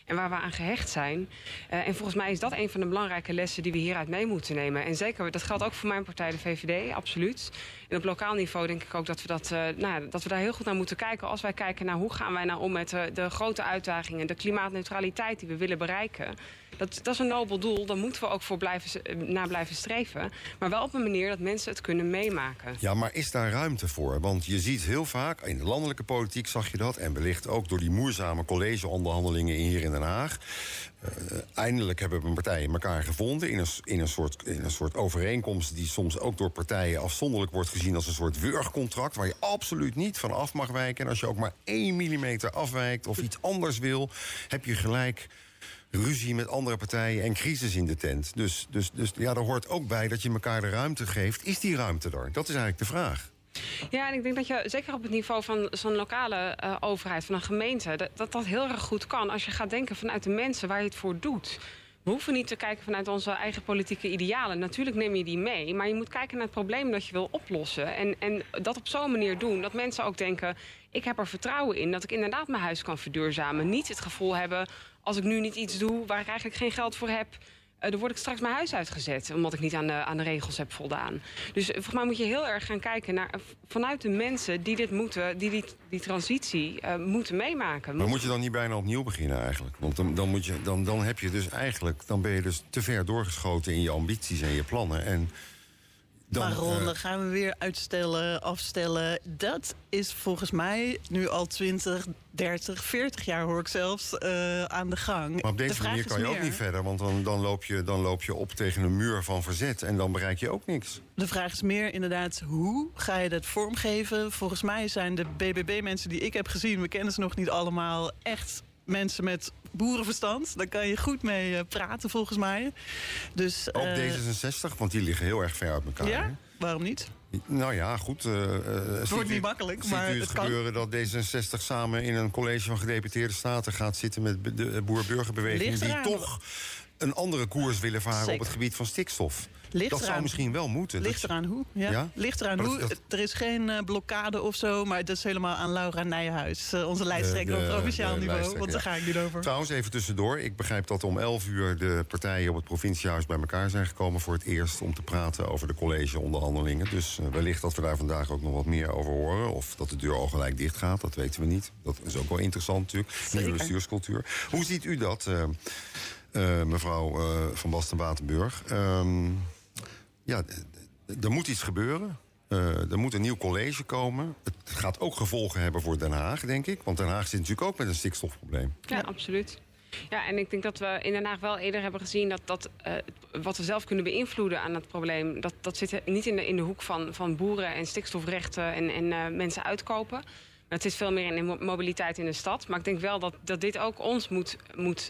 en waar we aan gehecht zijn. Uh, en volgens mij is dat een van de belangrijke lessen die we hieruit mee moeten nemen. En zeker, dat geldt ook voor mijn partij, de V V D, absoluut. En op lokaal niveau denk ik ook dat we, dat, uh, nou, dat we daar heel goed naar moeten kijken. Als wij kijken naar hoe gaan wij nou om met uh, de grote uitdagingen, de klimaatneutraliteit die we willen bereiken. Dat, dat is een nobel doel, daar moeten we ook voor blijven, naar blijven streven. Maar wel op een manier dat mensen het kunnen meemaken. Ja, maar is daar ruimte voor? Want je ziet heel vaak, in de landelijke politiek zag je dat, en wellicht ook door die moeizame collegeonderhandelingen hier in Den Haag. Uh, eindelijk hebben we partijen elkaar gevonden in een, in, een soort, in een soort overeenkomst die soms ook door partijen afzonderlijk wordt gezien als een soort wurgcontract waar je absoluut niet van af mag wijken. En als je ook maar één millimeter afwijkt of iets anders wil, heb je gelijk ruzie met andere partijen en crisis in de tent. Dus, dus, dus ja, daar hoort ook bij dat je elkaar de ruimte geeft. Is die ruimte er? Dat is eigenlijk de vraag. Ja, en ik denk dat je zeker op het niveau van zo'n lokale uh, overheid, van een gemeente, dat, dat dat heel erg goed kan als je gaat denken vanuit de mensen waar je het voor doet. We hoeven niet te kijken vanuit onze eigen politieke idealen. Natuurlijk neem je die mee, maar je moet kijken naar het probleem dat je wil oplossen. En, en dat op zo'n manier doen dat mensen ook denken, ik heb er vertrouwen in dat ik inderdaad mijn huis kan verduurzamen. Niet het gevoel hebben, als ik nu niet iets doe waar ik eigenlijk geen geld voor heb, Uh, dan word ik straks mijn huis uitgezet, omdat ik niet aan de, aan de regels heb voldaan. Dus uh, volgens mij moet je heel erg gaan kijken naar uh, vanuit de mensen die dit moeten, die die, die transitie uh, moeten meemaken. Maar moet je dan niet bijna opnieuw beginnen eigenlijk? Want dan, dan, moet je, dan, dan heb je dus eigenlijk, dan ben je dus te ver doorgeschoten in je ambities en je plannen. En dan, maar Ron, uh, dan gaan we weer uitstellen, afstellen. Dat is volgens mij nu al twintig, dertig, veertig jaar, hoor ik zelfs, uh, aan de gang. Maar op deze de manier kan je meer, ook niet verder, want dan, dan, loop je, dan loop je op tegen een muur van verzet en dan bereik je ook niks. De vraag is meer inderdaad, hoe ga je dat vormgeven? Volgens mij zijn de B B B-mensen die ik heb gezien, we kennen ze nog niet allemaal, echt mensen met boerenverstand. Daar kan je goed mee uh, praten, volgens mij. Dus, ook uh, D zesenzestig, want die liggen heel erg ver uit elkaar. Ja? Hè? Waarom niet? Nou ja, goed. Uh, uh, het wordt niet makkelijk, ziet maar u het, het gebeuren kan. dat D zesenzestig samen in een college van gedeputeerde staten gaat zitten met de boer-burgerbeweging die toch een andere koers willen varen Zeker. op het gebied van stikstof. Ligt dat eraan, zou misschien wel moeten. Ligt dat, eraan hoe. Ja. Ja? Ligt eraan maar hoe. Dat, dat, er is geen uh, blokkade of zo, maar dat is helemaal aan Laura Nijhuis. Uh, onze lijsttrekker op provinciaal niveau. Want daar ga ik niet over. Trouwens, even tussendoor. Ik begrijp dat om elf uur de partijen op het provinciehuis bij elkaar zijn gekomen voor het eerst om te praten over de collegeonderhandelingen. Dus uh, wellicht dat we daar vandaag ook nog wat meer over horen. Of dat de deur al gelijk dicht gaat, dat weten we niet. Dat is ook wel interessant natuurlijk. Nieuwe bestuurscultuur. Hoe ziet u dat, uh, uh, mevrouw uh, Van Basten-Batenburg? Um, Ja, er moet iets gebeuren. Uh, er moet een nieuw college komen. Het gaat ook gevolgen hebben voor Den Haag, denk ik. Want Den Haag zit natuurlijk ook met een stikstofprobleem. Ja, absoluut. Ja, en ik denk dat we in Den Haag wel eerder hebben gezien dat, dat uh, wat we zelf kunnen beïnvloeden aan het probleem, dat, dat zit niet in de, in de hoek van, van boeren en stikstofrechten en, en uh, mensen uitkopen. Het zit veel meer in de mobiliteit in de stad. Maar ik denk wel dat, dat dit ook ons moet, moet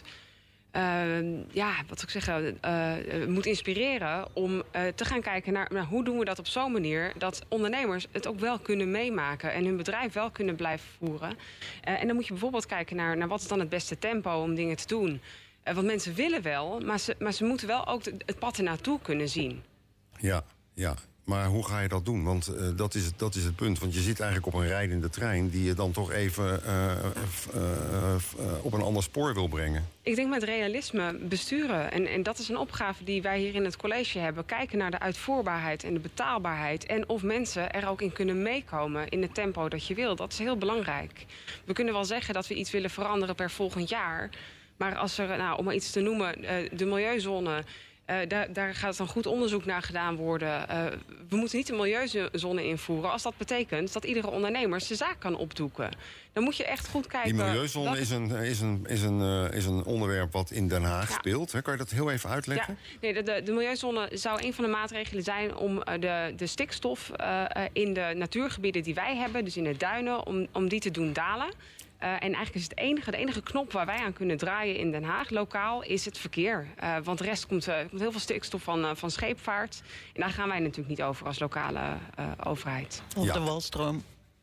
Uh, ja, wat zou ik zeggen, uh, moet inspireren om uh, te gaan kijken naar, naar hoe doen we dat op zo'n manier dat ondernemers het ook wel kunnen meemaken en hun bedrijf wel kunnen blijven voeren. Uh, en dan moet je bijvoorbeeld kijken naar, naar wat is dan het beste tempo om dingen te doen. Uh, want mensen willen wel, maar ze, maar ze moeten wel ook de, het pad ernaartoe kunnen zien. Ja, ja. Maar hoe ga je dat doen? Want uh, dat, is het, dat is het punt. Want je zit eigenlijk op een rijdende trein die je dan toch even uh, uh, uh, uh, op een ander spoor wil brengen. Ik denk met realisme besturen. En, en dat is een opgave die wij hier in het college hebben. Kijken naar de uitvoerbaarheid en de betaalbaarheid. En of mensen er ook in kunnen meekomen in het tempo dat je wil. Dat is heel belangrijk. We kunnen wel zeggen dat we iets willen veranderen per volgend jaar. Maar als er, nou, om maar iets te noemen, uh, de milieuzone. Uh, daar, daar gaat dan goed onderzoek naar gedaan worden. Uh, we moeten niet de milieuzone invoeren als dat betekent dat iedere ondernemer zijn zaak kan opdoeken. Dan moet je echt goed kijken. Die milieuzone dat... is, een, is, een, is, een, uh, is een onderwerp wat in Den Haag ja. speelt. Hè? Kan je dat heel even uitleggen? Ja. Nee, de, de, de milieuzone zou een van de maatregelen zijn om uh, de, de stikstof uh, in de natuurgebieden die wij hebben, dus in de duinen, om, om die te doen dalen. Uh, en eigenlijk is het enige, de enige knop waar wij aan kunnen draaien in Den Haag, lokaal, is het verkeer. Uh, want de rest komt, uh, komt heel veel stikstof van, uh, van scheepvaart. En daar gaan wij natuurlijk niet over als lokale uh, overheid. Of ja. de walstroom.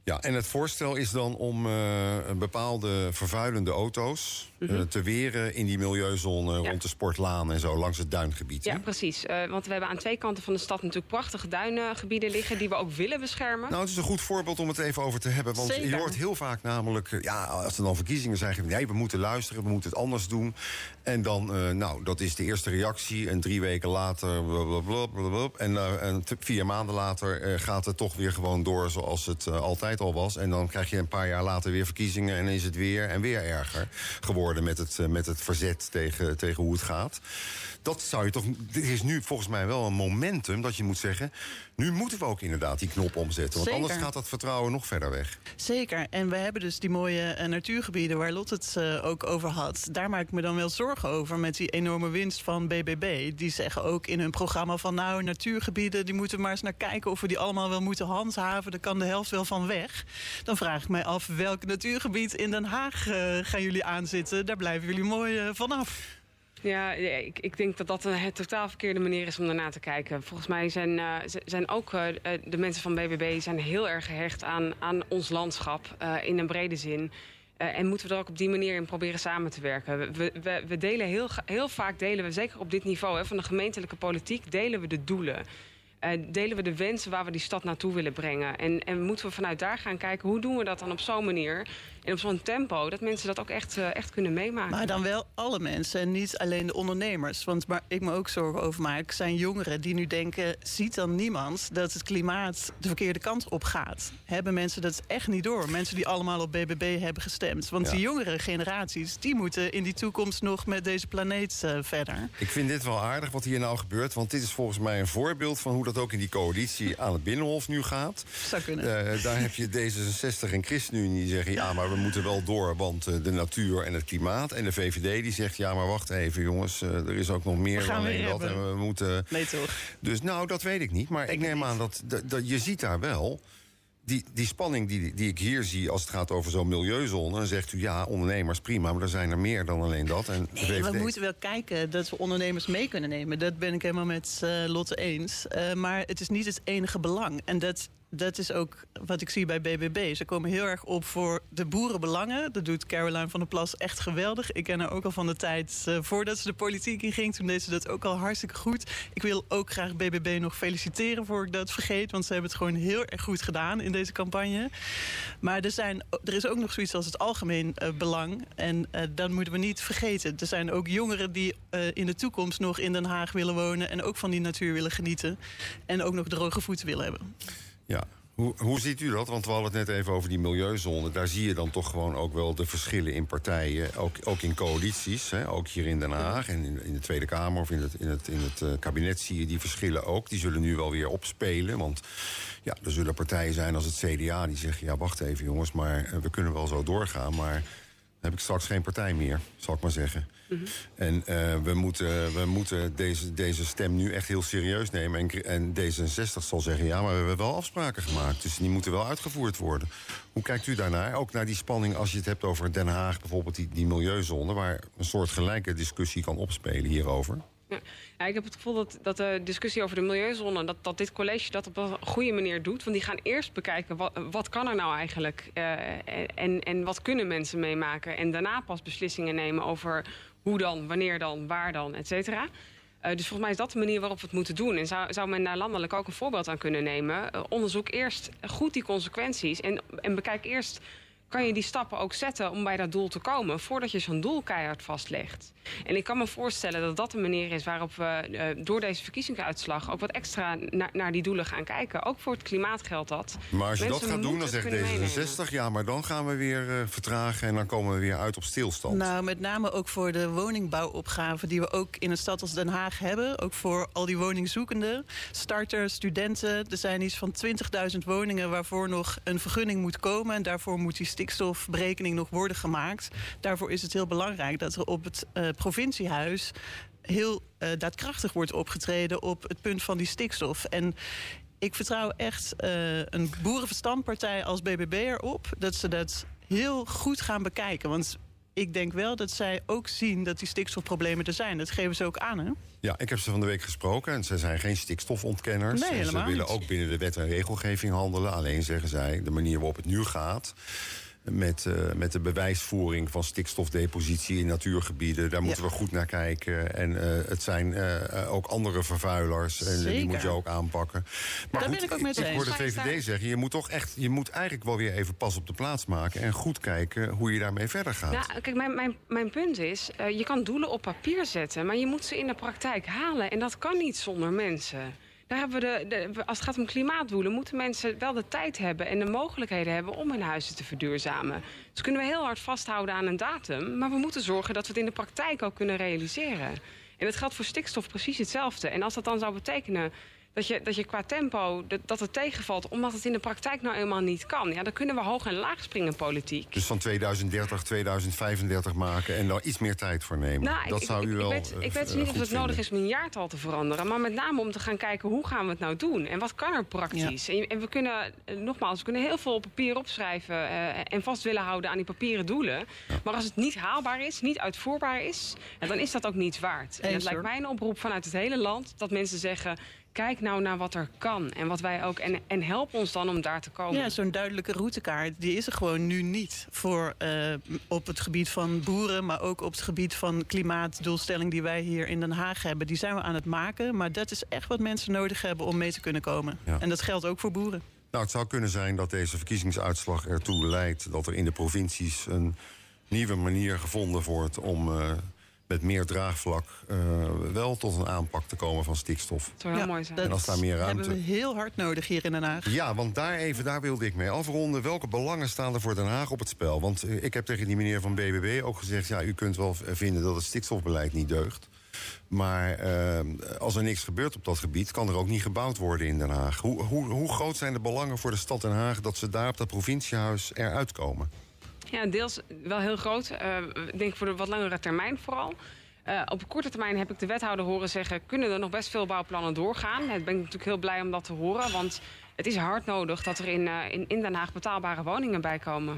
Ja, en het voorstel is dan om uh, bepaalde vervuilende auto's mm-hmm. uh, te weren in die milieuzone ja. rond de Sportlaan en zo, langs het duingebied. Ja, hè? precies. Uh, want we hebben aan twee kanten van de stad natuurlijk prachtige duingebieden liggen die we ook willen beschermen. Nou, het is een goed voorbeeld om het even over te hebben. Want Zeker. je hoort heel vaak namelijk, uh, ja, als er dan verkiezingen zijn, nee, we moeten luisteren, we moeten het anders doen. En dan, uh, nou, dat is de eerste reactie. En drie weken later, blablabla, en, uh, en vier maanden later uh, gaat het toch weer gewoon door zoals het uh, altijd al was. En dan krijg je een paar jaar later weer verkiezingen en is het weer en weer erger geworden met het, uh, met het verzet tegen, tegen hoe het gaat. Dat zou je toch. Dit is nu volgens mij wel een momentum dat je moet zeggen, nu moeten we ook inderdaad die knop omzetten. Want Zeker. anders gaat dat vertrouwen nog verder weg. Zeker. En we hebben dus die mooie uh, natuurgebieden waar Lot het uh, ook over had. Daar maak ik me dan wel zorgen over met die enorme winst van B B B. Die zeggen ook in hun programma van nou, natuurgebieden, die moeten we maar eens naar kijken of we die allemaal wel moeten handhaven. Daar kan de helft wel van weg. Dan vraag ik mij af welk natuurgebied in Den Haag uh, gaan jullie aanzitten. Daar blijven jullie mooi uh, vanaf. Ja, ik, ik denk dat dat een totaal verkeerde manier is om daarna te kijken. Volgens mij zijn, uh, zijn ook uh, de mensen van B B B zijn heel erg gehecht aan, aan ons landschap uh, in een brede zin. Uh, en moeten we er ook op die manier in proberen samen te werken. We, we, we delen heel, heel vaak, delen we, zeker op dit niveau hè, van de gemeentelijke politiek, delen we de doelen. Uh, delen we de wensen waar we die stad naartoe willen brengen. En, en moeten we vanuit daar gaan kijken, hoe doen we dat dan op zo'n manier en op zo'n tempo, dat mensen dat ook echt, uh, echt kunnen meemaken. Maar dan wel alle mensen en niet alleen de ondernemers. Want waar ik me ook zorgen over maak, zijn jongeren die nu denken, ziet dan niemand dat het klimaat de verkeerde kant op gaat? Hebben mensen dat echt niet door? Mensen die allemaal op B B B hebben gestemd. Want ja. die jongere generaties, die moeten in die toekomst nog met deze planeet uh, verder. Ik vind dit wel aardig wat hier nou gebeurt, want dit is volgens mij een voorbeeld van hoe dat ook in die coalitie aan het Binnenhof nu gaat. Zou kunnen. Uh, daar heb je D zesenzestig en ChristenUnie die zeggen, ja, maar we moeten wel door, want uh, de natuur en het klimaat. En de V V D die zegt, ja, maar wacht even, jongens, uh, er is ook nog meer dan alleen dat. En we moeten. Nee, toch? Dus nou, dat weet ik niet. Maar Denk ik neem niet. aan dat, dat, dat je ziet daar wel. Die, die spanning die, die ik hier zie als het gaat over zo'n milieuzone, dan zegt u ja, ondernemers prima, maar er zijn er meer dan alleen dat. En nee, de V V D... we moeten wel kijken dat we ondernemers mee kunnen nemen. Dat ben ik helemaal met uh, Lotte eens. Uh, maar het is niet het enige belang. En dat, dat is ook wat ik zie bij B B B. Ze komen heel erg op voor de boerenbelangen. Dat doet Caroline van der Plas echt geweldig. Ik ken haar ook al van de tijd uh, voordat ze de politiek in ging. Toen deed ze dat ook al hartstikke goed. Ik wil ook graag B B B nog feliciteren voor ik dat vergeet. Want ze hebben het gewoon heel erg goed gedaan in deze campagne. Maar er, zijn, er is ook nog zoiets als het algemeen uh, belang. En uh, dat moeten we niet vergeten. Er zijn ook jongeren die uh, in de toekomst nog in Den Haag willen wonen. En ook van die natuur willen genieten. En ook nog droge voeten willen hebben. Ja, hoe, hoe ziet u dat? Want we hadden het net even over die milieuzone. Daar zie je dan toch gewoon ook wel de verschillen in partijen. Ook, ook in coalities, hè? Ook hier in Den Haag en in, in de Tweede Kamer of in het, in het, in het uh, kabinet zie je die verschillen ook. Die zullen nu wel weer opspelen. Want ja, er zullen partijen zijn als het C D A die zeggen, ja, wacht even jongens, maar uh, we kunnen wel zo doorgaan, maar dan heb ik straks geen partij meer, zal ik maar zeggen. Mm-hmm. En uh, we moeten, we moeten deze, deze stem nu echt heel serieus nemen. En, en D zesenzestig zal zeggen, ja, maar we hebben wel afspraken gemaakt. Dus die moeten wel uitgevoerd worden. Hoe kijkt u daarnaar? Ook naar die spanning als je het hebt over Den Haag, bijvoorbeeld die, die milieuzone, waar een soort gelijke discussie kan opspelen hierover. Ja. Ja, ik heb het gevoel dat, dat de discussie over de milieuzone, dat, dat dit college dat op een goede manier doet. Want die gaan eerst bekijken, wat, wat kan er nou eigenlijk? Uh, en, en wat kunnen mensen meemaken? En daarna pas beslissingen nemen over hoe dan, wanneer dan, waar dan, et cetera. Uh, dus volgens mij is dat de manier waarop we het moeten doen. En zou, zou men daar landelijk ook een voorbeeld aan kunnen nemen? Uh, onderzoek eerst goed die consequenties en, en bekijk eerst, kan je die stappen ook zetten om bij dat doel te komen, voordat je zo'n doel keihard vastlegt. En ik kan me voorstellen dat dat de manier is waarop we uh, door deze verkiezingsuitslag ook wat extra na, naar die doelen gaan kijken. Ook voor het klimaat geldt dat. Maar als je Mensen dat gaat doen, dan zegt D zesenzestig, ja, maar dan gaan we weer uh, vertragen en dan komen we weer uit op stilstand. Nou, met name ook voor de woningbouwopgave die we ook in een stad als Den Haag hebben. Ook voor al die woningzoekenden, starters, studenten. Er zijn iets van twintigduizend woningen waarvoor nog een vergunning moet komen. En daarvoor moet die stikstofberekening nog worden gemaakt. Daarvoor is het heel belangrijk dat er op het uh, provinciehuis heel uh, daadkrachtig wordt opgetreden op het punt van die stikstof. En ik vertrouw echt uh, een boerenverstandpartij als B B B erop dat ze dat heel goed gaan bekijken. Want ik denk wel dat zij ook zien dat die stikstofproblemen er zijn. Dat geven ze ook aan, hè? Ja, ik heb ze van de week gesproken en ze zijn geen stikstofontkenners. Nee, en ze willen niet. ook binnen de wet en regelgeving handelen. Alleen zeggen zij, de manier waarop het nu gaat, met, uh, met de bewijsvoering van stikstofdepositie in natuurgebieden, daar moeten ja. we goed naar kijken. En uh, het zijn uh, ook andere vervuilers en uh, die moet je ook aanpakken. Maar daar goed, ben ik ook met ik eens. hoor de V V D zeggen, je moet toch echt, je moet eigenlijk wel weer even pas op de plaats maken en goed kijken hoe je daarmee verder gaat. Nou, kijk, mijn, mijn, mijn punt is, uh, je kan doelen op papier zetten, maar je moet ze in de praktijk halen. En dat kan niet zonder mensen. Daar hebben we de, de, als het gaat om klimaatdoelen, moeten mensen wel de tijd hebben en de mogelijkheden hebben om hun huizen te verduurzamen. Dus kunnen we heel hard vasthouden aan een datum, maar we moeten zorgen dat we het in de praktijk ook kunnen realiseren. En dat geldt voor stikstof precies hetzelfde. En als dat dan zou betekenen dat je, dat je qua tempo, dat, dat het tegenvalt omdat het in de praktijk nou eenmaal niet kan, ja, dan kunnen we hoog en laag springen politiek. Dus van tweeduizend dertig, tweeduizend vijfendertig maken en daar iets meer tijd voor nemen. Nou, dat ik, zou ik, u wel Ik weet, ik uh, weet dus niet goed of het vinden. nodig is om een jaartal te veranderen. Maar met name om te gaan kijken hoe gaan we het nou doen. En wat kan er praktisch. Ja. En, en we kunnen, nogmaals, we kunnen heel veel op papier opschrijven uh, en vast willen houden aan die papieren doelen. Ja. Maar als het niet haalbaar is, niet uitvoerbaar is, ja, dan is dat ook niets waard. En het lijkt mij een oproep vanuit het hele land dat mensen zeggen, kijk nou naar wat er kan en wat wij ook en, en help ons dan om daar te komen. Ja, zo'n duidelijke routekaart, die is er gewoon nu niet voor uh, op het gebied van boeren, maar ook op het gebied van klimaatdoelstelling die wij hier in Den Haag hebben. Die zijn we aan het maken, maar dat is echt wat mensen nodig hebben om mee te kunnen komen. Ja. En dat geldt ook voor boeren. Nou, het zou kunnen zijn dat deze verkiezingsuitslag ertoe leidt dat er in de provincies een nieuwe manier gevonden wordt om Uh, met meer draagvlak uh, wel tot een aanpak te komen van stikstof. Dat zou heel ja, mooi zijn. En als daar meer ruimte hebben we heel hard nodig hier in Den Haag. Ja, want daar even, daar wilde ik mee afronden. Welke belangen staan er voor Den Haag op het spel? Want uh, ik heb tegen die meneer van B B B ook gezegd, ja, u kunt wel vinden dat het stikstofbeleid niet deugt. Maar uh, als er niks gebeurt op dat gebied, kan er ook niet gebouwd worden in Den Haag. Hoe, hoe, hoe groot zijn de belangen voor de stad Den Haag dat ze daar op dat provinciehuis eruit komen? Ja, deels wel heel groot. Uh, ik denk voor de wat langere termijn vooral. Uh, op de korte termijn heb ik de wethouder horen zeggen, kunnen er nog best veel bouwplannen doorgaan. Daar ben ik natuurlijk heel blij om dat te horen. Want het is hard nodig dat er in, uh, in, in Den Haag betaalbare woningen bij komen.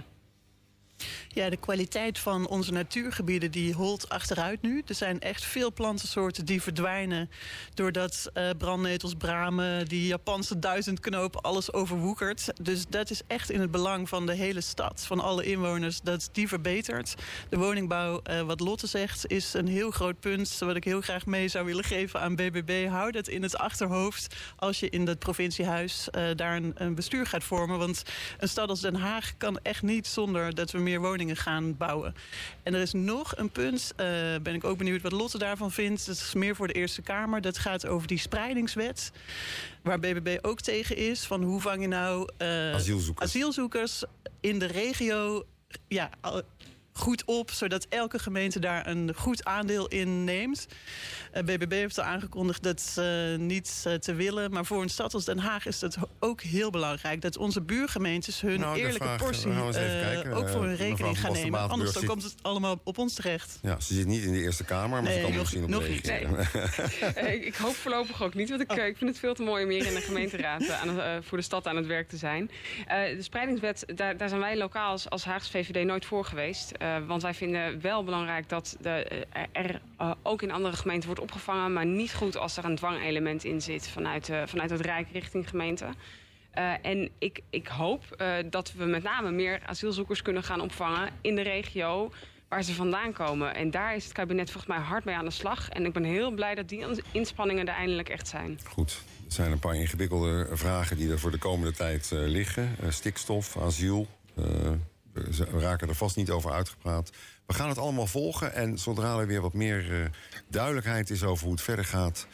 Ja, de kwaliteit van onze natuurgebieden die holt achteruit nu. Er zijn echt veel plantensoorten die verdwijnen doordat uh, brandnetels, bramen, die Japanse duizendknoop alles overwoekert. Dus dat is echt in het belang van de hele stad, van alle inwoners, dat die verbetert. De woningbouw, uh, wat Lotte zegt, is een heel groot punt wat ik heel graag mee zou willen geven aan B B B. Hou dat in het achterhoofd als je in het provinciehuis uh, daar een, een bestuur gaat vormen. Want een stad als Den Haag kan echt niet zonder dat we meer woningen gaan bouwen. En er is nog een punt, uh, ben ik ook benieuwd wat Lotte daarvan vindt. Dat is meer voor de Eerste Kamer. Dat gaat over die spreidingswet, waar B B B ook tegen is. Van hoe vang je nou uh, asielzoekers. asielzoekers in de regio ja, goed op, zodat elke gemeente daar een goed aandeel in neemt. Uh, B B B heeft al aangekondigd dat uh, niet uh, te willen. Maar voor een stad als Den Haag is dat ook heel belangrijk. Dat onze buurgemeentes hun nou, eerlijke vraag, portie uh, ook voor hun rekening gaan nemen. Anders dan komt het allemaal op ons terecht. Ja, ze zit niet in de Eerste Kamer, maar nee, ze kan misschien op nog reageren. Nee. ik hoop voorlopig ook niet, want ik, oh. ik vind het veel te mooi om hier in de gemeenteraad aan het, uh, voor de stad aan het werk te zijn. Uh, de spreidingswet, daar, daar zijn wij lokaal als, als Haagse V V D nooit voor geweest. Uh, want wij vinden wel belangrijk dat de, uh, er uh, ook in andere gemeenten wordt opgevangen, maar niet goed als er een dwangelement in zit vanuit, uh, vanuit het Rijk richting gemeente. Uh, en ik, ik hoop uh, dat we met name meer asielzoekers kunnen gaan opvangen in de regio waar ze vandaan komen. En daar is het kabinet volgens mij hard mee aan de slag. En ik ben heel blij dat die inspanningen er eindelijk echt zijn. Goed, er zijn een paar ingewikkelde vragen die er voor de komende tijd uh, liggen. Uh, stikstof, asiel. Uh, we raken er vast niet over uitgepraat. We gaan het allemaal volgen en zodra er weer wat meer uh, duidelijkheid is over hoe het verder gaat,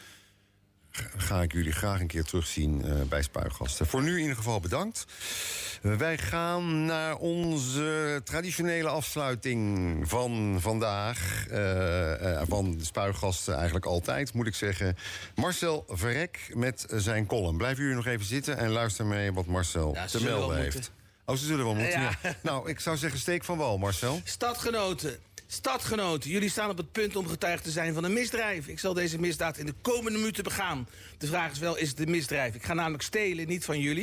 ga ik jullie graag een keer terugzien uh, bij Spuigasten. Voor nu in ieder geval bedankt. Uh, wij gaan naar onze traditionele afsluiting van vandaag. Uh, uh, van Spuigasten eigenlijk altijd, moet ik zeggen. Marcel Verrek met zijn column. Blijven jullie nog even zitten en luister mee wat Marcel ja, te melden heeft. Moeten. Oh, ze zullen wel moeten. Ja. Ja. Nou, ik zou zeggen, steek van wal, Marcel. Stadgenoten, stadgenoten, jullie staan op het punt om getuige te zijn van een misdrijf. Ik zal deze misdaad in de komende minuten begaan. De vraag is wel, is het een misdrijf? Ik ga namelijk stelen, niet van jullie.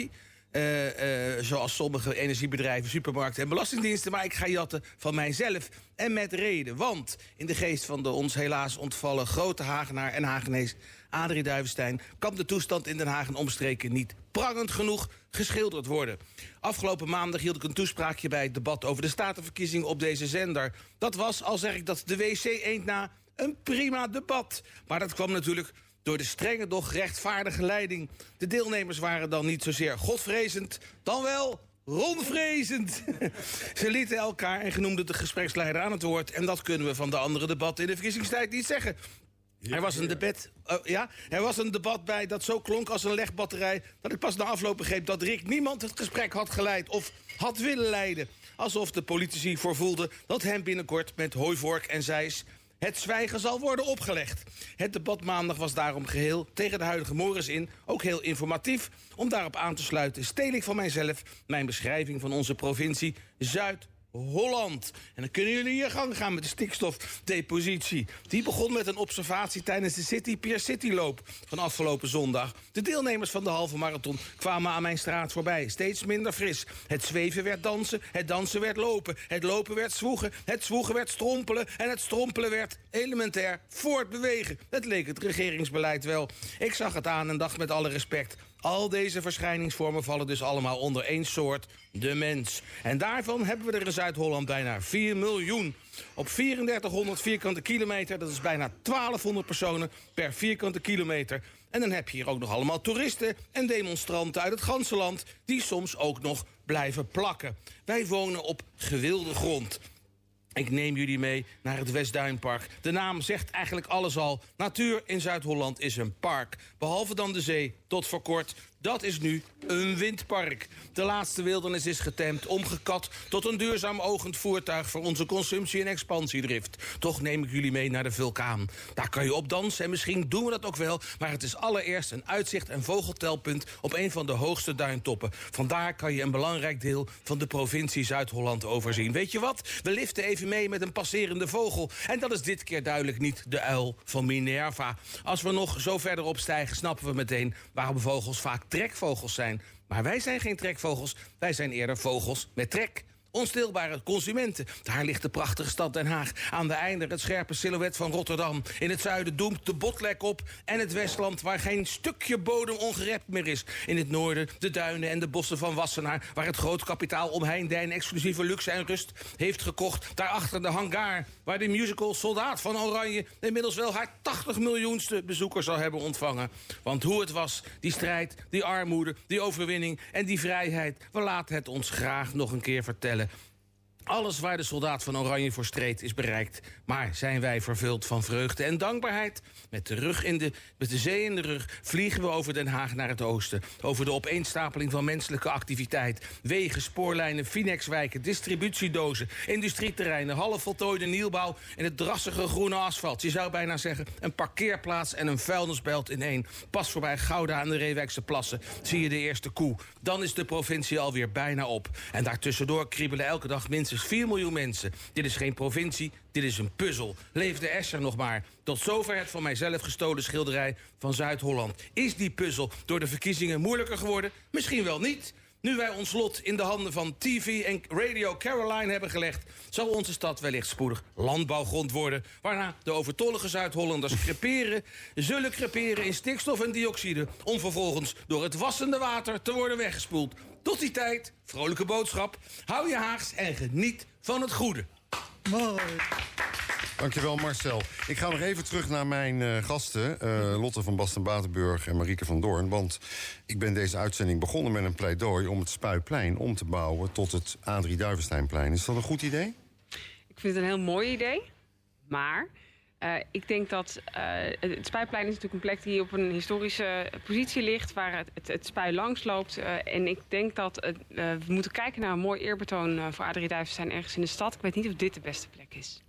Uh, uh, zoals sommige energiebedrijven, supermarkten en belastingdiensten. Maar ik ga jatten van mijzelf. En met reden. Want in de geest van de ons helaas ontvallen grote Hagenaar en Hagenees Adrie Duivenstein kan de toestand in Den Haag en omstreken niet prangend genoeg geschilderd worden. Afgelopen maandag hield ik een toespraakje bij het debat over de statenverkiezingen op deze zender. Dat was, al zeg ik dat de wc eend na, een prima debat. Maar dat kwam natuurlijk door de strenge, doch rechtvaardige leiding. De deelnemers waren dan niet zozeer godvrezend, dan wel rondvrezend. Ze lieten elkaar en genoemden de gespreksleider aan het woord. En dat kunnen we van de andere debatten in de verkiezingstijd niet zeggen. Er was, een debat, uh, ja, er was een debat bij dat zo klonk als een legbatterij, dat ik pas na afloop begreep dat Rick niemand het gesprek had geleid of had willen leiden. Alsof de politici voorvoelden dat hem binnenkort met hooivork en zeis het zwijgen zal worden opgelegd. Het debat maandag was daarom geheel tegen de huidige mores in, ook heel informatief. Om daarop aan te sluiten steel ik van mijzelf mijn beschrijving van onze provincie Zuid-Holland. En dan kunnen jullie hier gang gaan met de stikstofdepositie. Die begon met een observatie tijdens de City Pier City loop van afgelopen zondag. De deelnemers van de halve marathon kwamen aan mijn straat voorbij. Steeds minder fris. Het zweven werd dansen, het dansen werd lopen. Het lopen werd zwoegen, het zwoegen werd strompelen. En het strompelen werd elementair voortbewegen. Het leek het regeringsbeleid wel. Ik zag het aan en dacht met alle respect: al deze verschijningsvormen vallen dus allemaal onder één soort, de mens. En daarvan hebben we er in Zuid-Holland bijna vier miljoen. Op drieëndertighonderd vierkante kilometer, dat is bijna twaalfhonderd personen per vierkante kilometer. En dan heb je hier ook nog allemaal toeristen en demonstranten uit het ganse land die soms ook nog blijven plakken. Wij wonen op gewilde grond. Ik neem jullie mee naar het Westduinpark. De naam zegt eigenlijk alles al. Natuur in Zuid-Holland is een park. Behalve dan de zee, tot voor kort. Dat is nu een windpark. De laatste wildernis is getemd, omgekat tot een duurzaam ogend voertuig voor onze consumptie- en expansiedrift. Toch neem ik jullie mee naar de vulkaan. Daar kan je op dansen en misschien doen we dat ook wel, maar het is allereerst een uitzicht- en vogeltelpunt op een van de hoogste duintoppen. Vandaar kan je een belangrijk deel van de provincie Zuid-Holland overzien. Weet je wat? We liften even mee met een passerende vogel. En dat is dit keer duidelijk niet de uil van Minerva. Als we nog zo verder opstijgen, snappen we meteen waarom vogels vaak trekvogels zijn. Maar wij zijn geen trekvogels, wij zijn eerder vogels met trek. Onstilbare consumenten. Daar ligt de prachtige stad Den Haag. Aan de einder het scherpe silhouet van Rotterdam. In het zuiden doemt de Botlek op. En het Westland waar geen stukje bodem ongerept meer is. In het noorden de duinen en de bossen van Wassenaar, waar het groot kapitaal omheen Dijn exclusieve luxe en rust heeft gekocht. Daarachter de hangar waar de musical Soldaat van Oranje inmiddels wel haar tachtig miljoenste bezoeker zal hebben ontvangen. Want hoe het was, die strijd, die armoede, die overwinning en die vrijheid, we laten het ons graag nog een keer vertellen. Alles waar de Soldaat van Oranje voor streed is bereikt. Maar zijn wij vervuld van vreugde en dankbaarheid? Met de, rug in de, met de zee in de rug vliegen we over Den Haag naar het oosten. Over de opeenstapeling van menselijke activiteit. Wegen, spoorlijnen, Finexwijken, distributiedozen, industrieterreinen, half voltooide nieuwbouw en het drassige groene asfalt. Je zou bijna zeggen een parkeerplaats en een vuilnisbelt in één. Pas voorbij Gouda aan de Reewijkse plassen zie je de eerste koe. Dan is de provincie alweer bijna op. En daartussendoor kriebelen elke dag minstens vier miljoen mensen. Dit is geen provincie, dit is een puzzel. Leefde Escher nog maar. Tot zover het van mijzelf gestolen schilderij van Zuid-Holland. Is die puzzel door de verkiezingen moeilijker geworden? Misschien wel niet. Nu wij ons lot in de handen van T V en Radio Caroline hebben gelegd, zal onze stad wellicht spoedig landbouwgrond worden, waarna de overtollige Zuid-Hollanders creperen, zullen creperen in stikstof en dioxide, om vervolgens door het wassende water te worden weggespoeld. Tot die tijd, vrolijke boodschap, hou je Haags en geniet van het goede. Mooi. Dankjewel, Marcel. Ik ga nog even terug naar mijn uh, gasten, uh, Lotte van Basten-Batenburg en Marieke van Doorn. Want ik ben deze uitzending begonnen met een pleidooi om het Spuiplein om te bouwen tot het Adrie Duivensteinplein. Is dat een goed idee? Ik vind het een heel mooi idee, maar uh, ik denk dat uh, het Spuiplein is natuurlijk een plek die op een historische positie ligt, waar het, het, het Spui langs loopt. Uh, en ik denk dat uh, we moeten kijken naar een mooi eerbetoon uh, voor Adrie Duivenstein ergens in de stad. Ik weet niet of dit de beste plek is.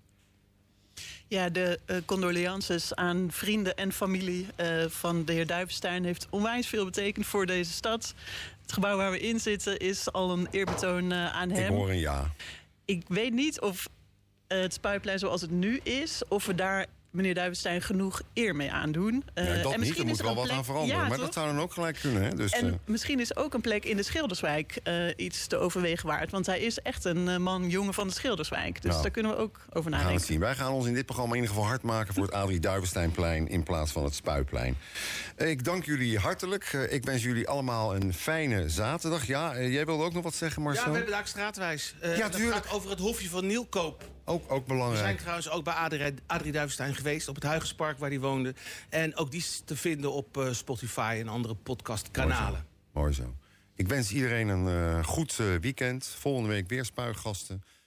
Ja, de uh, condolences aan vrienden en familie uh, van de heer Duivenstein heeft onwijs veel betekend voor deze stad. Het gebouw waar we in zitten is al een eerbetoon uh, aan hem. Ik hoor een ja. Ik weet niet of uh, het Spuiplein zoals het nu is, of we daar meneer Duivenstein genoeg eer mee aandoen. Uh, Ja, dat en niet, misschien er moet is wel een wat plek... aan veranderen. Ja, maar toch? dat zou dan ook gelijk kunnen. Hè? Dus, En uh, misschien is ook een plek in de Schilderswijk uh, iets te overwegen waard. Want hij is echt een uh, man, jongen van de Schilderswijk. Dus nou, daar kunnen we ook over we gaan nadenken. het zien. Wij gaan ons in dit programma in ieder geval hard maken voor het Adrie Duivensteinplein in plaats van het Spuiplein. Ik dank jullie hartelijk. Uh, ik wens jullie allemaal een fijne zaterdag. Ja, uh, jij wilde ook nog wat zeggen, Marcel? Ja, we hebben daar straatwijs. Uh, Ja, dat tuurlijk. gaat over het hofje van Nieuwkoop. Ook, ook We belangrijk. zijn trouwens ook bij Adrie, Adrie Duivenstein geweest, op het Huygenspark waar hij woonde. En ook die is te vinden op uh, Spotify en andere podcastkanalen. Mooi zo. Ik wens iedereen een uh, goed uh, weekend. Volgende week weer spuigasten.